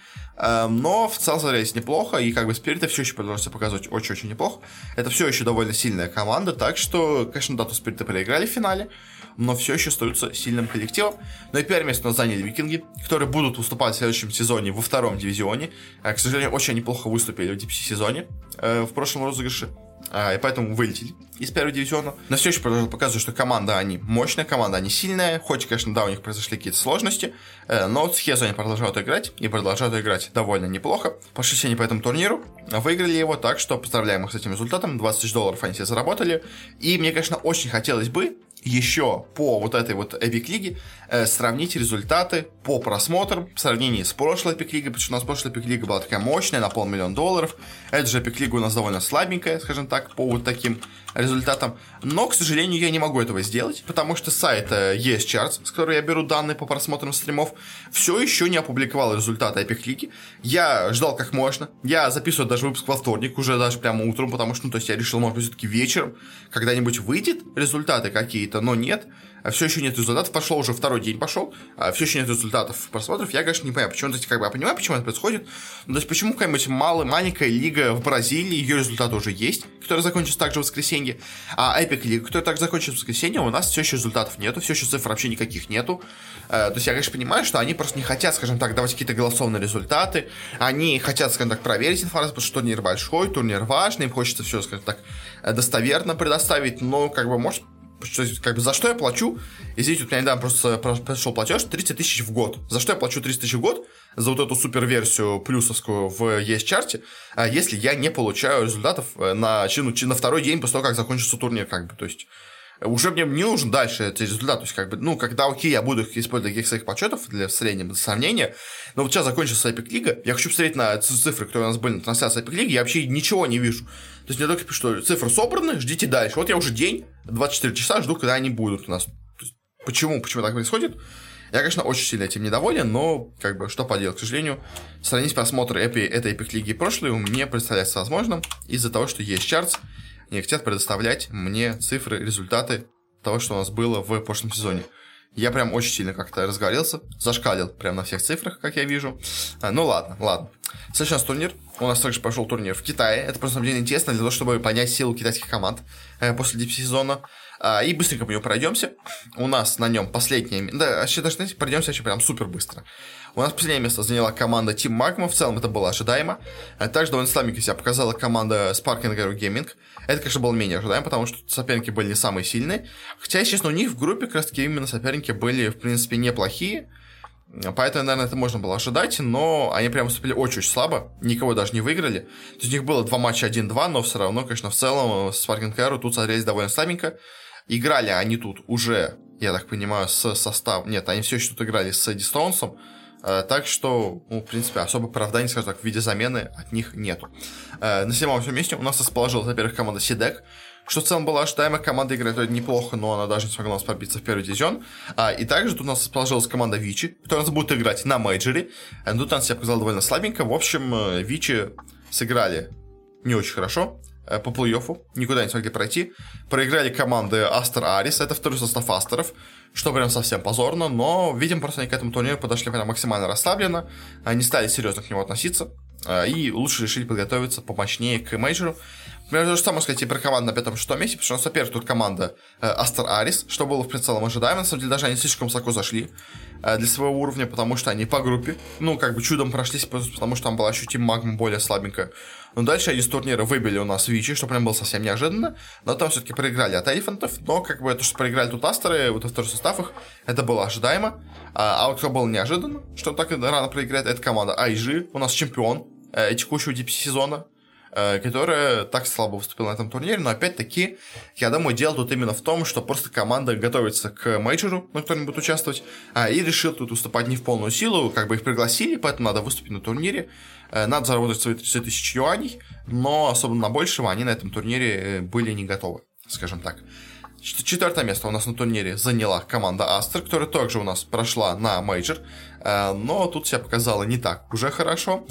но в целом смотрелись неплохо, и Спириты все еще продолжают себя показывать очень-очень неплохо. Это все еще довольно сильная команда, так что, конечно, да, тут Спириты проиграли в финале, но все еще остаются сильным коллективом. Но и первое место у нас заняли Викинги, которые будут выступать в следующем сезоне во 2-м дивизионе. К сожалению, очень неплохо выступили в DPC-сезоне в прошлом розыгрыше, и поэтому вылетели из первого дивизиона. Но все еще продолжают показывать, что команда, они мощная, команда, они сильная. Хоть, конечно, да, у них произошли какие-то сложности, но с Хезу они продолжают играть, и продолжают играть довольно неплохо. Пошли они по этому турниру, выиграли его, так что поздравляем их с этим результатом. $20 000 они себе заработали. И мне, конечно, очень хотелось бы еще по этой Epic Лиге сравнить результаты по просмотрам в сравнении с прошлой Epic Лигой, потому что у нас прошлая Epic Лига была такая мощная, на $500 000. Эта же Epic Лига у нас довольно слабенькая, скажем так, по таким результатам. Но, к сожалению, я не могу этого сделать, потому что сайт ES Charts, с которого я беру данные по просмотрам стримов, все еще не опубликовал результаты Epic Лиги. Я ждал как можно. Я записываю даже выпуск во вторник, уже даже прямо утром, потому что, я решил, может быть, все-таки вечером когда-нибудь выйдет результаты какие-то, но нет. Все еще нет результатов, пошло уже 2-й день пошел, все еще нет результатов просмотров, я, конечно, не понимаю, почему, я понимаю, почему это происходит, но, то есть, почему какая-нибудь маленькая лига в Бразилии, ее результаты уже есть, которая закончится также в воскресенье, а Epic Лига, которая также закончится в воскресенье, у нас все еще результатов нету, все еще цифр вообще никаких нету, то есть, я, конечно, понимаю, что они просто не хотят, скажем так, давать какие-то голословные результаты, они хотят, скажем так, проверить информацию, потому что турнир большой, турнир важный, им хочется все, скажем так, достоверно предоставить, но, может, за что я плачу? Извините, у меня недавно просто пришел платеж 30 000 в год. За что я плачу 30 000 в год? За эту супер-версию плюсовскую в ES-чарте, если я не получаю результатов на 2-й день после того, как закончится турнир, То есть, уже мне не нужен дальше эти результаты. То есть, когда, окей, я буду их использовать для своих подсчетов, для среднего сравнения, но сейчас закончится Epic Лига, я хочу посмотреть на цифры, которые у нас были на трансляции Epic Лиги, я вообще ничего не вижу. То есть, мне только пишут, что цифры собраны, ждите дальше. Вот я уже день, 24 часа жду, когда они будут у нас. То есть, почему так происходит? Я, конечно, очень сильно этим недоволен, но, что поделать, к сожалению, сравнить просмотры этой Epic Лиги прошлой мне представляется возможным из-за того, что есть Charts, не хотят предоставлять мне цифры, результаты того, что у нас было в прошлом сезоне. Я прям очень сильно как-то разговорился, зашкалил прям на всех цифрах, как я вижу. Ну ладно. Следующий у нас турнир. У нас также прошел турнир в Китае. Это просто, на самом деле, интересно для того, чтобы понять силу китайских команд после DP-сезона. И быстренько по нему пройдемся. У нас на нем последнее... Да, вообще даже, знаете, пройдемся вообще прям супер быстро. У нас последнее место заняла команда Team Magma. В целом это было ожидаемо. Также довольно слабенько себя показала команда Sparking Arrow Gaming. Это, конечно, было менее ожидаемо, потому что соперники были не самые сильные. Хотя, если честно, у них в группе как раз таки именно соперники были, в принципе, неплохие. Поэтому, наверное, это можно было ожидать, но они прям выступили очень-очень слабо, никого даже не выиграли. То есть у них было 2 матча 1-2, но все равно, конечно, в целом с Sparking Arrow тут смотрелись довольно слабенько. Играли они тут уже, я так понимаю, с составом... Нет, они все еще тут играли с Дистоунсом, так что, в принципе, особо оправданий, скажем так, в виде замены от них нету. На 7-м месте у нас расположилась, во-первых, команда Сидек, что в целом было ожидаемо. Команда играет неплохо, но она даже не смогла нас пробиться в первый дивизион. И также тут у нас расположилась команда Вичи, которая у нас будет играть на мейджоре. Тут она себя показала довольно слабенько. В общем, Вичи сыграли не очень хорошо по плей-оффу, никуда не смогли пройти. Проиграли команды Астер Арис, это второй состав Астеров, что прям совсем позорно, но, видимо, просто они к этому турниру подошли прям максимально расслабленно, не стали серьезно к нему относиться, и лучше решили подготовиться помощнее к мейджору. Например, то же самое сказать и про команду на 5-6 месте, потому что у нас соперник тут команда Астер Арис, что было в прицелом ожидаемо. На самом деле даже они слишком высоко зашли для своего уровня, потому что они по группе, чудом прошлись, потому что там была ощутимо Магма более слабенькая. Но дальше они с турнира выбили у нас Вичи, что прям было совсем неожиданно, но там все-таки проиграли от Элефантов, но то, что проиграли тут Астеры, вот во вторых составах, это было ожидаемо. А вот что было неожиданно, что так рано проиграет, это команда IG, у нас чемпион текущего DP-сезона, которая так слабо выступила на этом турнире, но опять-таки, я думаю, дело тут именно в том, что просто команда готовится к мейджору, на котором будет участвовать, и решил тут выступать не в полную силу, их пригласили, поэтому надо выступить на турнире, надо заработать свои 30 тысяч юаней, но особо на большего они на этом турнире были не готовы, скажем так. 4-е место у нас на турнире заняла команда Астер, которая также у нас прошла на мейджор, но тут себя показала не так уже хорошо.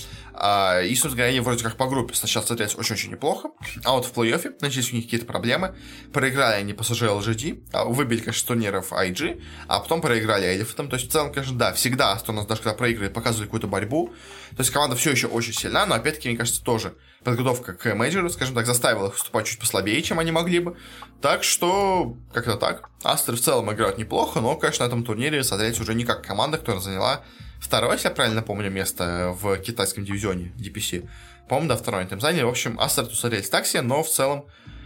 И, собственно говоря, они вроде как по группе сначала смотрелись очень-очень неплохо, а вот в плей-оффе начались у них какие-то проблемы. Проиграли они PSG LGD, выбили, конечно, с турниров IG, а потом проиграли Элефантом. То есть, в целом, конечно, да, всегда Астер у нас даже когда проигрывает, показывали какую-то борьбу. То есть, команда все еще очень сильна, но, опять-таки, мне кажется, тоже подготовка к мейджору, скажем так, заставила их выступать чуть послабее, чем они могли бы. Так что, как-то так. Астеры в целом играют неплохо, но, конечно, на этом турнире смотрелись уже не как команда, которая заняла второе, если я правильно помню, место в китайском дивизионе DPC. По-моему, да, второе они там заняли. В общем, Астеры тут смотрелись так себе, но в целом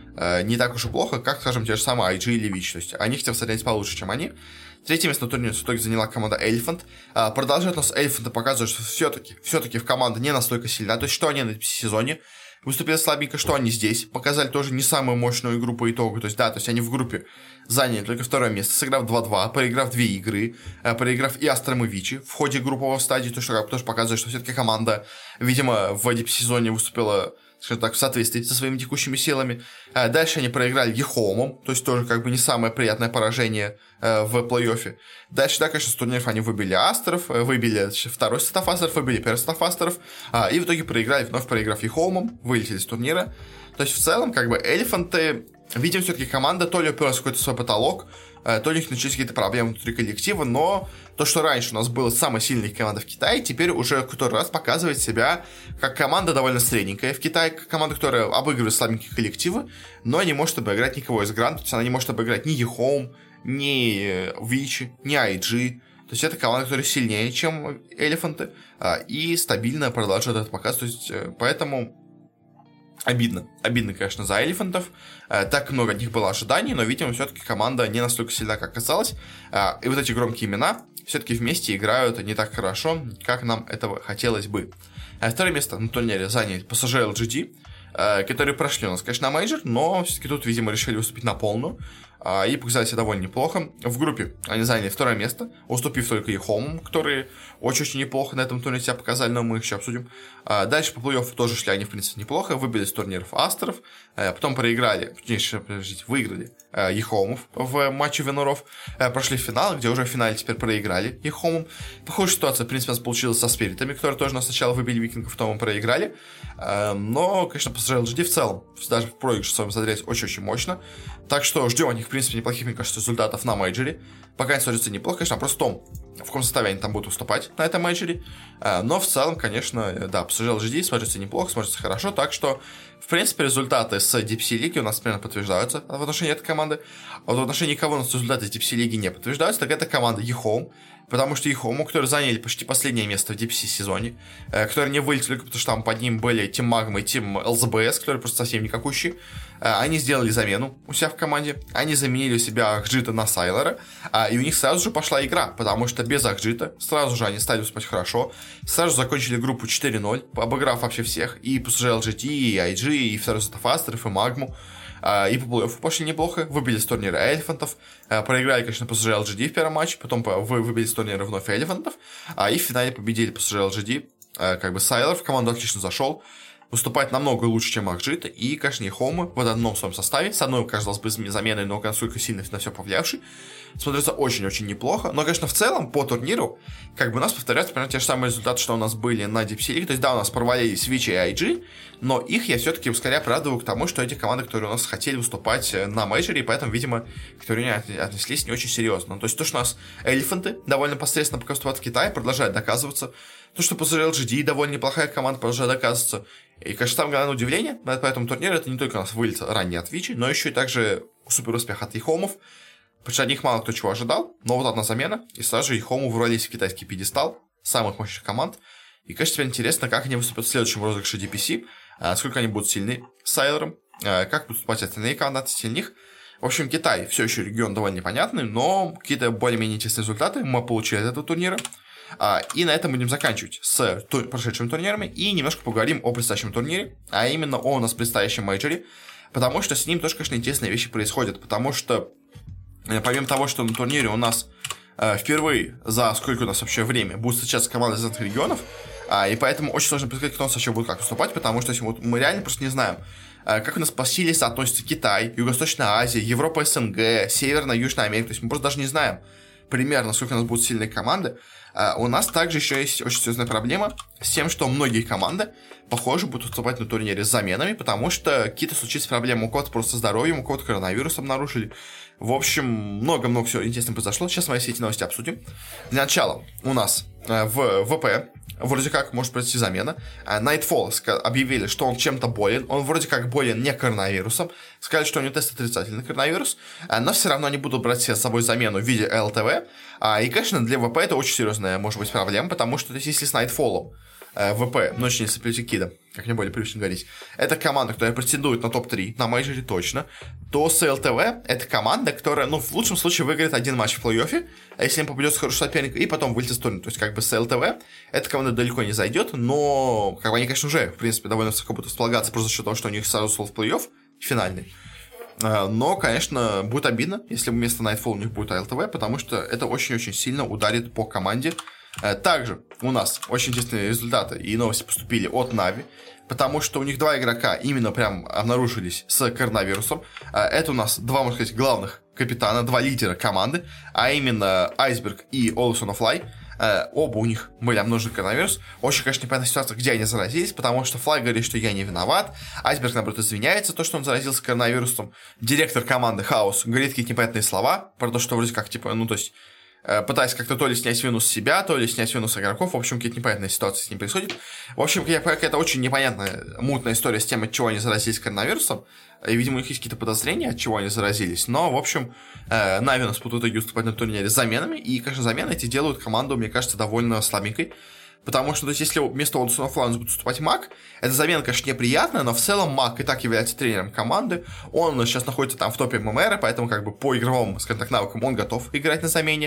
не так уж и плохо, как, скажем, те же самые IG или Вич. То есть они хотя бы смотрелись получше, чем они. 3-е место на турнире в итоге заняла команда Elephant. Продолжает у нас Elephant показывать, что все-таки в команда не настолько сильна. То есть, что они на сезоне выступили слабенько, что они здесь. Показали тоже не самую мощную игру по итогу. То есть они в группе заняли только 2-е место, сыграв 2-2, проиграв 2 игры, проиграв и Астрам, и Вичи в ходе группового стадии. То, что тоже показывает, что все-таки команда, видимо, в DP-сезоне выступила, скажем так, в соответствии со своими текущими силами. Дальше они проиграли Ехомом, то есть тоже не самое приятное поражение в плей-оффе. Дальше, да, конечно, с турниров они выбили Астеров, выбили второй состав Астеров, выбили первый состав Астеров, и в итоге проиграли, вновь проиграв Ехомом, вылетели с турнира. То есть в целом, Элефанты, видимо, все-таки команда то ли уперлась в какой-то свой потолок, то ли у них начались какие-то проблемы внутри коллектива, но то, что раньше у нас была самая сильная команда в Китае, теперь уже в который раз показывает себя как команда довольно средненькая в Китае, как команда, которая обыгрывает слабенькие коллективы, но не может обыграть никого из гранд, то есть она не может обыграть ни Ехом, ни Вичи, ни IG. То есть это команда, которая сильнее, чем Элефанты, и стабильно продолжает это показывать. То есть, поэтому обидно, конечно, за Элефантов. Так много от них было ожиданий, но, видимо, все-таки команда не настолько сильна, как казалось. И вот эти громкие имена все-таки вместе играют не так хорошо, как нам этого хотелось бы. 2-е место на турнире заняли PSG LGD, которые прошли у нас, конечно, на мейджор, но все-таки тут, видимо, решили выступить на полную. И показали себя довольно неплохо. В группе они заняли 2-е место, уступив только Ехомам, которые очень-очень неплохо на этом турнире себя показали, но мы их еще обсудим. Дальше по плей-оффу тоже шли они, в принципе, неплохо. Выбили с турниров Астеров, потом выиграли Ехомов в матче Венуров, прошли в финал, где уже в финале теперь проиграли Ехомам. Похожая ситуация, в принципе, у нас получилась со Спиритами, которые тоже нас сначала выбили Викингов, потом проиграли. Но, конечно, PSG LGD в целом, даже в проигрыше с вами смотрелись очень-очень мощно. Так что ждем от них, в принципе, неплохих, мне кажется, результатов на мейджоре. Пока не смотрится неплохо, конечно, просто в том, в каком составе они там будут выступать на этом мейджоре. Но в целом, конечно, да, PSG LGD смотрится неплохо, смотрится хорошо. Так что, в принципе, результаты с DPC лиги у нас примерно подтверждаются в отношении этой команды. А вот в отношении кого у нас результаты с DPC лиги не подтверждаются, так это команда eHome. Потому что eHome, которые заняли почти последнее место в DPC сезоне, которые не вылетели, потому что там под ним были Team Magma и Team LZBS, которые просто совсем никакущие, они сделали замену у себя в команде, они заменили у себя Ахджита на Сайлера, и у них сразу же пошла игра, потому что без Ахджита сразу же они стали выступать хорошо, сразу же закончили группу 4-0, обыграв вообще всех, и PSG LGT, и IG, и второй Фастеров, и Магму. И по плей-оффу пошли неплохо, выбили с турнира Элефантов, проиграли, конечно, PSG LGD в первом матче, потом выбили с турнира вновь Элефантов, и в финале победили PSG LGD, как бы Сайлер в команду отлично зашел, выступает намного лучше, чем Ахджит, и, конечно, eHome в одном своем составе, с одной, казалось бы, заменой, но насколько сильно на все повлиявший, смотрится очень-очень неплохо. Но, конечно, в целом, по турниру, как бы у нас повторяются примерно те же самые результаты, что у нас были на DPC League. То есть, да, у нас провалились Вичи и IG, но их я все-таки скорее оправдываю к тому, что эти команды, которые у нас хотели выступать на мейджоре, и поэтому, видимо, к турниру отнеслись не очень серьезно. То есть, то, что у нас Элефанты довольно посредственно пока выступают в Китае, продолжает доказываться. То, что PSG LGD довольно неплохая команда, продолжает доказываться. И, конечно, там главное удивление по этому турниру, это не только у нас вылет ранее от Вичи, но еще и также супер успех от eHome. Потому что от них мало кто чего ожидал, но вот одна замена, и сразу же eHome ворвались в китайский пьедестал самых мощных команд. И, конечно, теперь интересно, как они выступят в следующем розыгрыше DPC, насколько они будут сильны с Сайлером, как будут выступать остальные команды относительно них. В общем, Китай все еще регион довольно непонятный, но какие-то более-менее интересные результаты мы получили от этого турнира. И на этом будем заканчивать с прошедшими турнирами и немножко поговорим о предстоящем турнире, а именно о у нас предстоящем мейджоре, потому что с ним тоже, конечно, интересные вещи происходят, потому что помимо того, что на турнире у нас впервые за сколько у нас вообще время будут встречаться команды из разных регионов, и поэтому очень сложно предсказать, кто у нас вообще будет как выступать, потому что вот мы реально просто не знаем, как у нас по силе соотносится Китай, Юго-Восточная Азия, Европа, СНГ, Северная, Южная Америка, то есть мы просто даже не знаем примерно, сколько у нас будут сильные команды. У нас также еще есть очень серьезная проблема с тем, что многие команды, похоже, будут выступать на турнире с заменами, потому что какие-то случились проблемы. У кого-то просто здоровьем, у кого-то коронавирус обнаружили. В общем, много-много всего интересного произошло. Сейчас мы все эти новости обсудим. Для начала у нас в ВП вроде как может произойти замена. Nightfall объявили, что он чем-то болен. Он вроде как болен не коронавирусом. Сказали, что у него тест отрицательный на коронавирус. Но все равно они будут брать себе с собой замену в виде ЛТВ. И, конечно, для ВП это очень серьезная может быть проблема, потому что если с Nightfall ВП, Ночные Саплетикида, как мне более привычно говорить, это команда, которая претендует на топ-3, на мейджоре точно, то с ЛТВ это команда, которая, в лучшем случае выиграет один матч в плей-оффе, а если им попадется хороший соперник, и потом вылетит с турнира. То есть, как бы с ЛТВ эта команда далеко не зайдет, но как бы они, конечно, уже, в принципе, довольно высоко будут располагаться просто за счет того, что у них сразу слот в плей-офф финальный. Но, конечно, будет обидно, если вместо Nightfall у них будет ЛТВ, потому что это очень-очень сильно ударит по команде. Также у нас очень интересные результаты и новости поступили от Na'Vi, потому что у них два игрока именно прям обнаружились с коронавирусом. Это у нас два, можно сказать, главных капитана, два лидера команды, а именно Iceberg и Olson of Fly. Оба у них были обнаружены коронавирус. Очень, конечно, непонятная ситуация, где они заразились, потому что Fly говорит, что я не виноват. Iceberg, наоборот, извиняется, то, что он заразился коронавирусом. Директор команды Хаус говорит какие-то непонятные слова про то, что вроде как, то есть пытаясь как-то то ли снять вину с себя, то ли снять вину с игроков. В общем, какие-то непонятные ситуации с ним происходят. В общем, какая-то очень непонятная, мутная история с тем, от чего они заразились коронавирусом. И, видимо, у них есть какие-то подозрения, от чего они заразились. Но, в общем, Na'Vi у нас будут в итоге выступать на турнире с заменами. И, конечно, замены эти делают команду, мне кажется, довольно слабенькой. Потому что, то есть, если вместо Олдсона Фланс будет выступать Мак, эта замена, конечно, неприятная, но в целом Мак и так является тренером команды. Он сейчас находится там в топе ММР, поэтому как бы по игровым, скажем так, навыкам он готов играть на замене.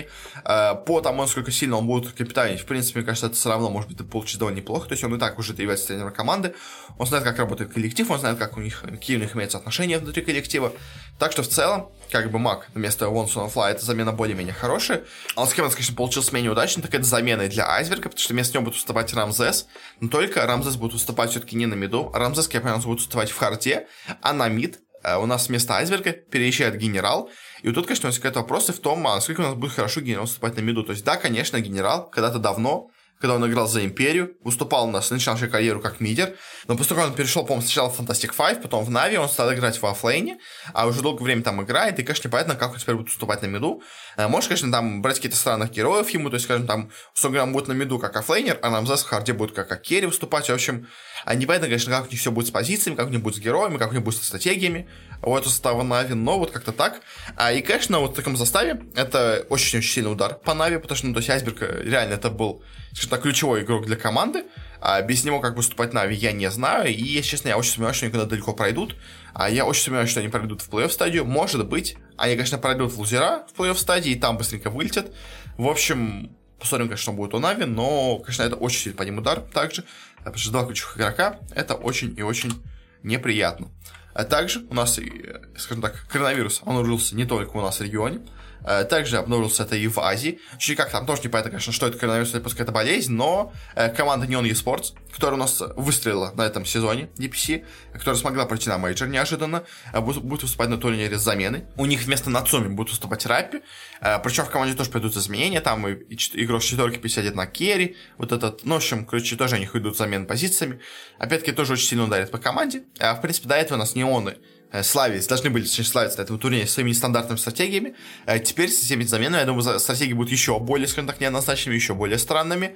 По тому, насколько сильно он будет капитанить, в принципе, мне кажется, это все равно может быть получится довольно неплохо. То есть он и так уже является тренером команды. Он знает, как работает коллектив, он знает, какие у них имеются отношения внутри коллектива. Так что в целом, как бы Мак вместо Олдсона Флай, эта замена более-менее хорошая. А с кем он, конечно, получился менее удачным, так это заменой для Айсберга, потому что вместо него будет выступать Рамзес, но только Рамзес будет выступать все-таки не на миду. Рамзес, как я понимаю, будет выступать в харде, а на мид у нас вместо Айсберга переезжает Генерал. И вот тут, конечно, возникают вопросы в том, насколько у нас будет хорошо Генерал выступать на миду. То есть, да, конечно, Генерал когда-то давно когда он играл за Империю, выступал у нас, начинал свою карьеру как мидер, но после того, как он перешел, по-моему, сначала в Fantastic Five, потом в Нави, он стал играть в оффлейне, а уже долгое время там играет, и, конечно, непонятно, как он теперь будет выступать на миду. Может, конечно, там брать какие-то странных героев ему, то есть, скажем, там, Сограм будет на миду как оффлейнер, а Рамзес в харде будет как керри выступать, в общем, непонятно, конечно, как у них все будет с позициями, как у них будет с героями, как у них будет со стратегиями у этого состава Нави, но вот как-то так. И, конечно, вот в таком составе это очень-очень сильный удар по Нави, потому что, ну, то есть, Айсберг реально это был, скажем так, ключевой игрок для команды, а без него как выступать Нави я не знаю, и, если честно, я очень сомневаюсь, что они когда далеко пройдут, я очень сомневаюсь, что они пройдут в плей-офф стадию, может быть, они, конечно, пройдут в лузера в плей-офф стадии, и там быстренько вылетят, в общем, посмотрим, конечно, что будет у Нави, но, конечно, это очень сильный по ним удар также, потому что 2 ключевых игрока, это очень и очень неприятно. А также у нас, скажем так, коронавирус обнаружился не только у нас в регионе, также обнаружился это и в Азии. Чуть как там тоже непонятно, конечно, что это коронавирус или какая-то болезнь, но команда Neon eSports, которая у нас выстрелила на этом сезоне DPC, которая смогла пройти на мейджор неожиданно, будет выступать на турнире с заменой. У них вместо Нацуми будет выступать Раппи, причем в команде тоже пойдут изменения, там и игрок с 4 51 на керри, вот этот, ну, в общем, короче, тоже у них идут замены позициями. Опять-таки, тоже очень сильно ударит по команде. В принципе, до этого у нас Неоны должны были славиться на этом турнире своими нестандартными стратегиями. Теперь с этими заменами, я думаю, стратегии будут еще более, скажем так, неоднозначными, еще более странными.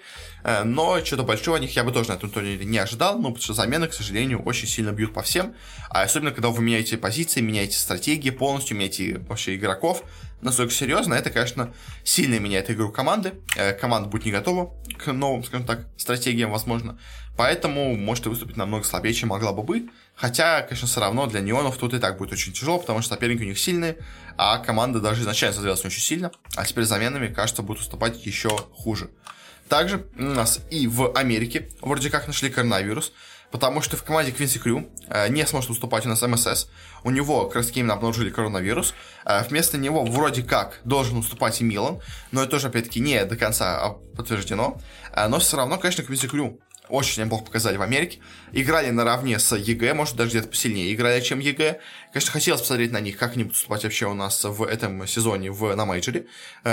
Но что-то большого от них я бы тоже на этом турнире не ожидал, ну, потому что замены, к сожалению, очень сильно бьют по всем. Особенно, когда вы меняете позиции, меняете стратегии полностью, меняете вообще игроков. Настолько серьезно, это, конечно, сильно меняет игру команды. Команда будет не готова к новым, скажем так, стратегиям, возможно. Поэтому может и выступить намного слабее, чем могла бы быть. Хотя, конечно, все равно для неонов тут и так будет очень тяжело, потому что соперники у них сильные, а команда даже изначально создавалась не очень сильно. А теперь заменами, кажется, будут выступать еще хуже. Также у нас и в Америке вроде как нашли коронавирус, потому что в команде Квинси Крю не сможет выступать у нас МСС. У него как раз именно обнаружили коронавирус. Вместо него вроде как должен выступать и Милан, но это тоже, опять-таки, не до конца подтверждено. Но все равно, конечно, Квинси Крю очень неплохо показали в Америке. Играли наравне с ЕГЭ, может, даже где-то посильнее играли, чем ЕГЭ. Конечно, хотелось посмотреть на них, как они будут выступать вообще у нас в этом сезоне на мейджоре.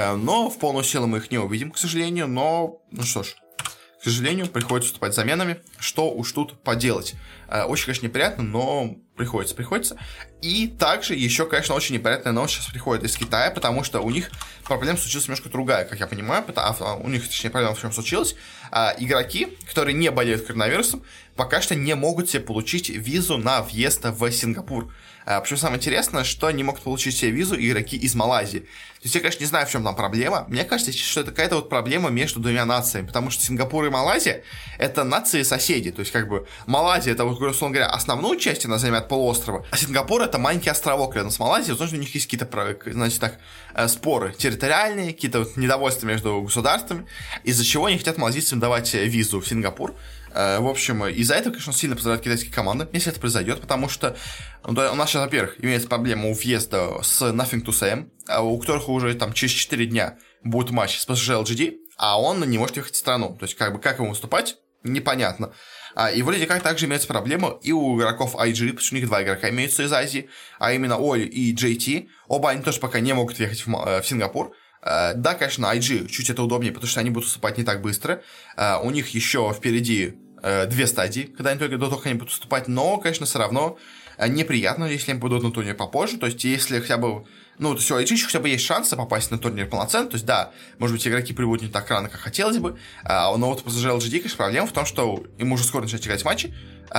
Но в полную силу мы их не увидим, к сожалению. Но, ну что ж, к сожалению, приходится выступать заменами. Что уж тут поделать. Очень, конечно, неприятно, но приходится. И также еще, конечно, очень неприятная новость сейчас приходит из Китая, потому что у них проблема случилась немножко другая, как я понимаю. У них, точнее, проблема в чем случилась. Игроки, которые не болеют коронавирусом, пока что не могут себе получить визу на въезд в Сингапур. Причем самое интересное, что не могут получить себе визу игроки из Малайзии. То есть я, конечно, не знаю, в чем там проблема. Мне кажется, что это какая-то вот проблема между двумя нациями, потому что Сингапур и Малайзия — это нации-соседи. То есть, как бы, Малайзия — это, вот, условно говоря, основную часть она займет полуострова, а Сингапур — это маленький островок рядом с Малайзией. Возможно, у них есть какие-то, значит так, споры территориальные, какие-то вот недовольства между государствами, из-за чего они хотят малазийцам давать визу в Сингапур. В общем, из-за этого, конечно, сильно пострадают китайские команды, если это произойдет, потому что у нас сейчас, во-первых, имеется проблема у въезда с Nothing to Say, у которых уже там через 4 дня будет матч с PSG LGD, а он не может ехать в страну. То есть, как ему выступать, непонятно. И вроде как также имеется проблема и у игроков IG, потому что у них 2 игрока имеются из Азии, а именно Оли и JT. Оба они тоже пока не могут ехать в Сингапур. Да, конечно, IG чуть это удобнее, потому что они будут выступать не так быстро. У них еще впереди 2 стадии, когда они до того, как они будут выступать, но, конечно, все равно неприятно, если они будут на турнир попозже. То есть, если хотя бы, ну, то есть у IG хотя бы есть шансы попасть на турнир полноценно. То есть, да, может быть, игроки прибудут не так рано, как хотелось бы, но вот по PSG LGD, конечно, проблема в том, что им уже скоро начать играть матчи,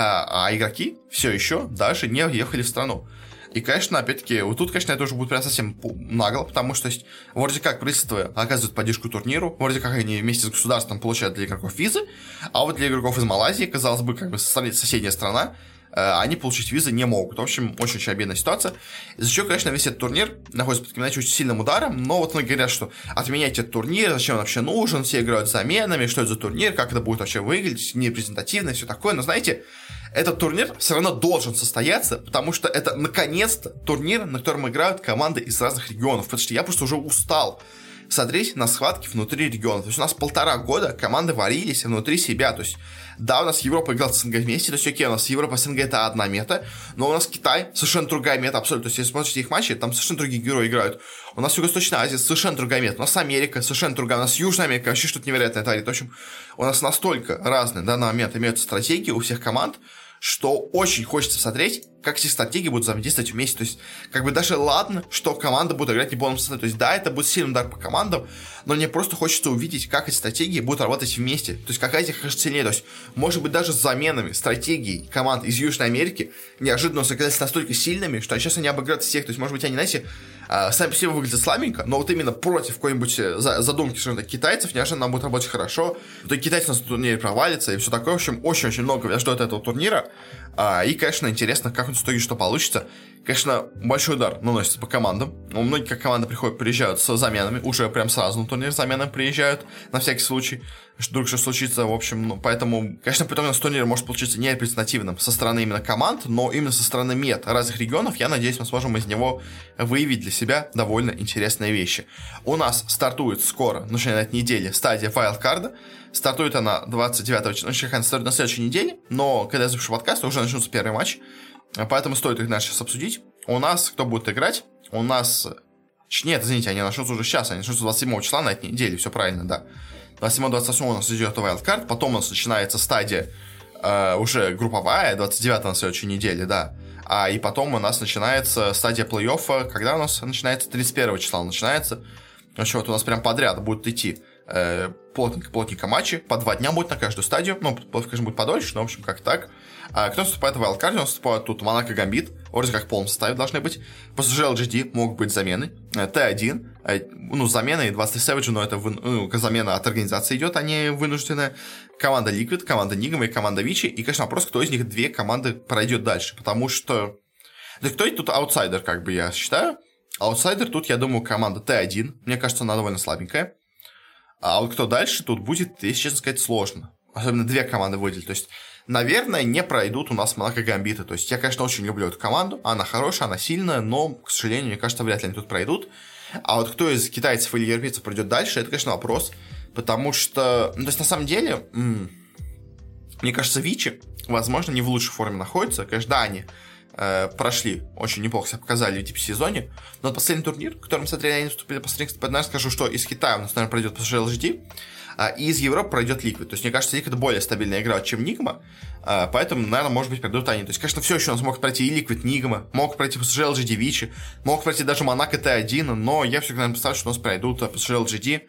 а игроки все еще даже не ехали в страну. И, конечно, опять-таки, вот тут, конечно, это уже будет прям совсем нагло, потому что, то есть, вроде как правительство оказывает поддержку турниру, вроде как они вместе с государством получают для игроков визы, а вот для игроков из Малайзии, казалось бы, как бы соседняя страна, они получить визы не могут. В общем, очень-очень обидная ситуация. Из-за чего, конечно, весь этот турнир находится под очень сильным ударом, но вот многие говорят, что отменяйте этот турнир, зачем он вообще нужен, все играют заменами, что это за турнир, как это будет вообще выглядеть, нерепрезентативно и все такое, но знаете, этот турнир все равно должен состояться, потому что это, наконец-то, турнир, на котором играют команды из разных регионов, потому что я просто уже устал смотреть на схватки внутри региона. То есть у нас 1,5 года команды варились внутри себя. То есть, да, у нас Европа играла с СНГ вместе, то есть, окей, у нас Европа с СНГ это одна мета, но у нас Китай совершенно другая мета, абсолютно. То есть, если смотрите их матчи, там совершенно другие герои играют. У нас Юго-Восточная Азия совершенно другая мета, у нас Америка совершенно другая, у нас Южная Америка вообще что-то невероятное творит. В общем, у нас настолько разные, да, на момент имеются стратегии у всех команд, что очень хочется смотреть, как эти стратегии будут взаимодействовать вместе. То есть, как бы даже ладно, что команда будет играть не полным составом. То есть, да, это будет сильный удар по командам, но мне просто хочется увидеть, как эти стратегии будут работать вместе. То есть, какая из них окажется сильнее. То есть, может быть, даже с заменами стратегий команд из Южной Америки неожиданно оказались настолько сильными, что сейчас они обыграют всех. То есть, может быть, они, знаете, сами по себе выглядят слабенько, но вот именно против какой-нибудь задумки, скажем так, китайцев, неожиданно нам будет работать хорошо. То есть, китайцы у нас на турнире провалятся и все такое. В общем, очень-очень много я жду от этого турнира. И, конечно, интересно, как он в итоге что получится. Конечно, большой удар наносится по командам. У многих как команды приезжают с заменами. Уже прям сразу на турнир с заменами приезжают. На всякий случай. Вдруг что случится. В общем, ну, поэтому, конечно, потом у нас турнир может получиться не репрезентативным со стороны именно команд, но именно со стороны мет разных регионов. Я надеюсь, мы сможем из него выявить для себя довольно интересные вещи. У нас стартует скоро, начиная на этой неделе, стадия вайлдкарда. Стартует она 29 числа, стартует на следующей неделе, но когда я запишу подкаст, уже начнутся первый матч, поэтому стоит их сейчас обсудить. У нас кто будет играть? У нас... Нет, извините, они начнутся уже сейчас, они начнутся 27 числа на этой неделе, все правильно, да. 27-28 у нас идет wildcard, потом у нас начинается стадия уже групповая, 29 на следующей неделе, да. И потом у нас начинается стадия плей-оффа, когда у нас начинается 31 числа, начинается. В общем, вот у нас прям подряд будут идти плотненько матчи, по 2 дня будет на каждую стадию, ну, конечно, будет подольше, но, в общем, как так. Кто вступает в wildcard? У нас вступают тут Монако Гамбит, вроде как в полном составе должны быть. После LGD могут быть замены. Т1, ну, замена и 23 Savage, но это замена от организации идет, а не вынужденная. Команда Liquid, команда Nigma и команда Вичи. И, конечно, вопрос, кто из них две команды пройдет дальше, потому что... Да кто тут аутсайдер, как бы я считаю? Аутсайдер тут, я думаю, команда Т1. Мне кажется, она довольно слабенькая. А вот кто дальше, тут будет, если честно сказать, сложно. Особенно две команды выделить. То есть, наверное, не пройдут у нас Монако Гамбиты. То есть, я, конечно, очень люблю эту команду. Она хорошая, она сильная, но, к сожалению, мне кажется, вряд ли они тут пройдут. А вот кто из китайцев или европейцев пройдет дальше, это, конечно, вопрос. Потому что, ну, то есть, на самом деле, мне кажется, Вичи, возможно, не в лучшей форме находится. Конечно, да, они прошли, очень неплохо себя показали в дипсезоне. Но последний турнир, в котором, смотрели, они выступили последний, наверное, скажу, что из Китая у нас, наверное, пройдет после LGD, и из Европы пройдет Liquid. То есть, мне кажется, Liquid более стабильная игра, чем Nigma, поэтому, наверное, может быть, пройдут они. То есть, конечно, все еще у нас могут пройти и Liquid, Nigma, могут пройти после LGD Вичи, могут пройти даже Монако Т1, но я все-таки, наверное, представляю, что у нас пройдут после LGD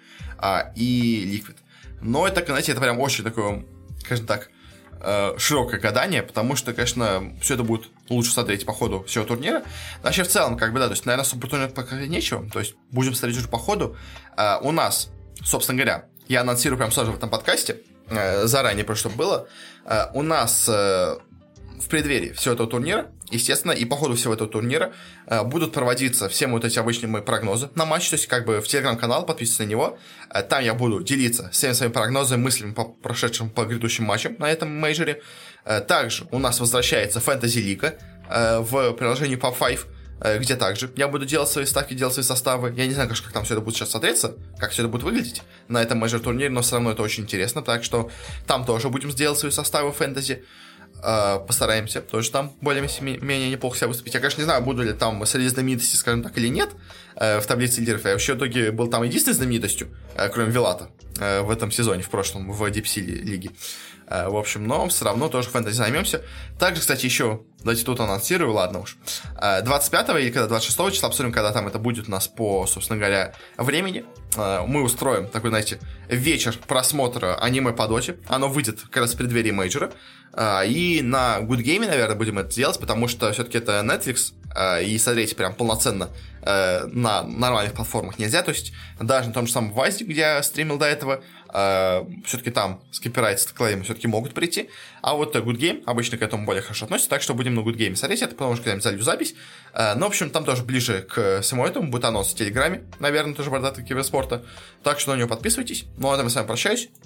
и Liquid. Но это, знаете, это прям очень такое, скажем так, широкое гадание, потому что, конечно, все это будет лучше смотреть по ходу всего турнира. Вообще, в целом, как бы, да, то есть, наверное, особо турнир пока нечего, то есть, будем смотреть уже по ходу. У нас, собственно говоря, я анонсирую прямо сразу в этом подкасте, заранее, просто чтобы было, у нас в преддверии всего этого турнира, естественно, и по ходу всего этого турнира будут проводиться все вот эти обычные мои прогнозы на матч, то есть как бы в телеграм-канал, подписывайтесь на него, там я буду делиться всеми своими прогнозами, мыслями по прошедшим, по грядущим матчам на этом мейджоре. Также у нас возвращается фэнтези-лига в приложении Pop 5, где также я буду делать свои ставки, делать свои составы. Я не знаю, конечно, как там все это будет сейчас смотреться, как все это будет выглядеть на этом мейджор-турнире, но все равно это очень интересно, так что там тоже будем сделать свои составы фэнтези. Постараемся тоже там более-менее неплохо себя выступить. Я, конечно, не знаю, буду ли там среди знаменитостей, скажем так, или нет в таблице лидеров. Я вообще в итоге был там единственной знаменитостью, кроме Вилата, в этом сезоне, в прошлом, в Дипси лиге. В общем, но все равно тоже фэнтези займемся. Также, кстати, еще, давайте тут анонсирую, ладно уж. 25 или когда 26 числа, обсудим, когда там это будет у нас по, собственно говоря, времени. Мы устроим такой, знаете, вечер просмотра аниме по доте. Оно выйдет как раз в преддверии мейджора. И на Good Game, наверное, будем это делать, потому что все-таки это Netflix, и смотреть прям полноценно на нормальных платформах нельзя. То есть даже на том же самом Вазе, где я стримил до этого, все-таки там с копирайт, с клеймом все-таки могут прийти. А вот Good Game обычно к этому более хорошо относится, так что будем на Good Game смотреть это, потому что когда-нибудь залью запись. Но, в общем, там тоже ближе к всему этому будет анонс в Телеграме, наверное, тоже Бородатый Киберспорта. Так что на него подписывайтесь. Ну, а там я с вами прощаюсь.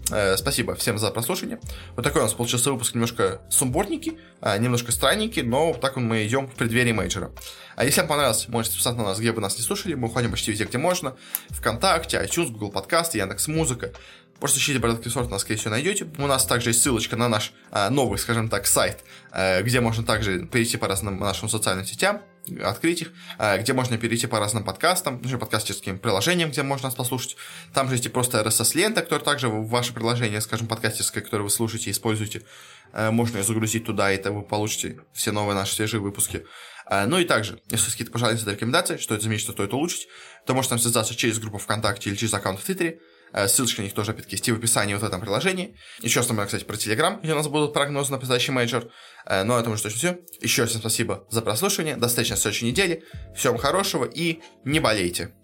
Спасибо всем за прослушивание. Вот такой у нас получился выпуск, немножко сумбурненький, немножко странненький, но так мы идем в преддверии мейджора. А если вам понравилось, можете подписаться на нас, где бы нас не слушали. Мы уходим почти везде, где можно. ВКонтакте, iTunes, Google Подкасты, Яндекс.Музыка. Просто ищите Борода Киберспорт, нас, скорее всего, найдете. У нас также есть ссылочка на наш новый, скажем так, сайт, где можно также перейти по разным нашим социальным сетям, открыть их, где можно перейти по разным подкастам, подкастерским приложениям, где можно нас послушать. Там же есть и просто RSS-лента, которая также в ваше приложение, скажем, подкастерское, которое вы слушаете и используете, можно ее загрузить туда, и вы получите все новые наши свежие выпуски. Ну и также, если какие-то пожелания, рекомендации, что это заметить, что стоит улучшить, то можете там связаться через группу ВКонтакте или через аккаунт в Твиттере. Ссылочка на них тоже, опять-таки, есть в описании вот в этом приложении. Еще раз напоминаю, кстати, про Телеграм, где у нас будут прогнозы на предстоящий мейджор. Ну, а это уже точно все. Еще раз всем спасибо за прослушивание. До встречи на следующей неделе. Всем хорошего и не болейте.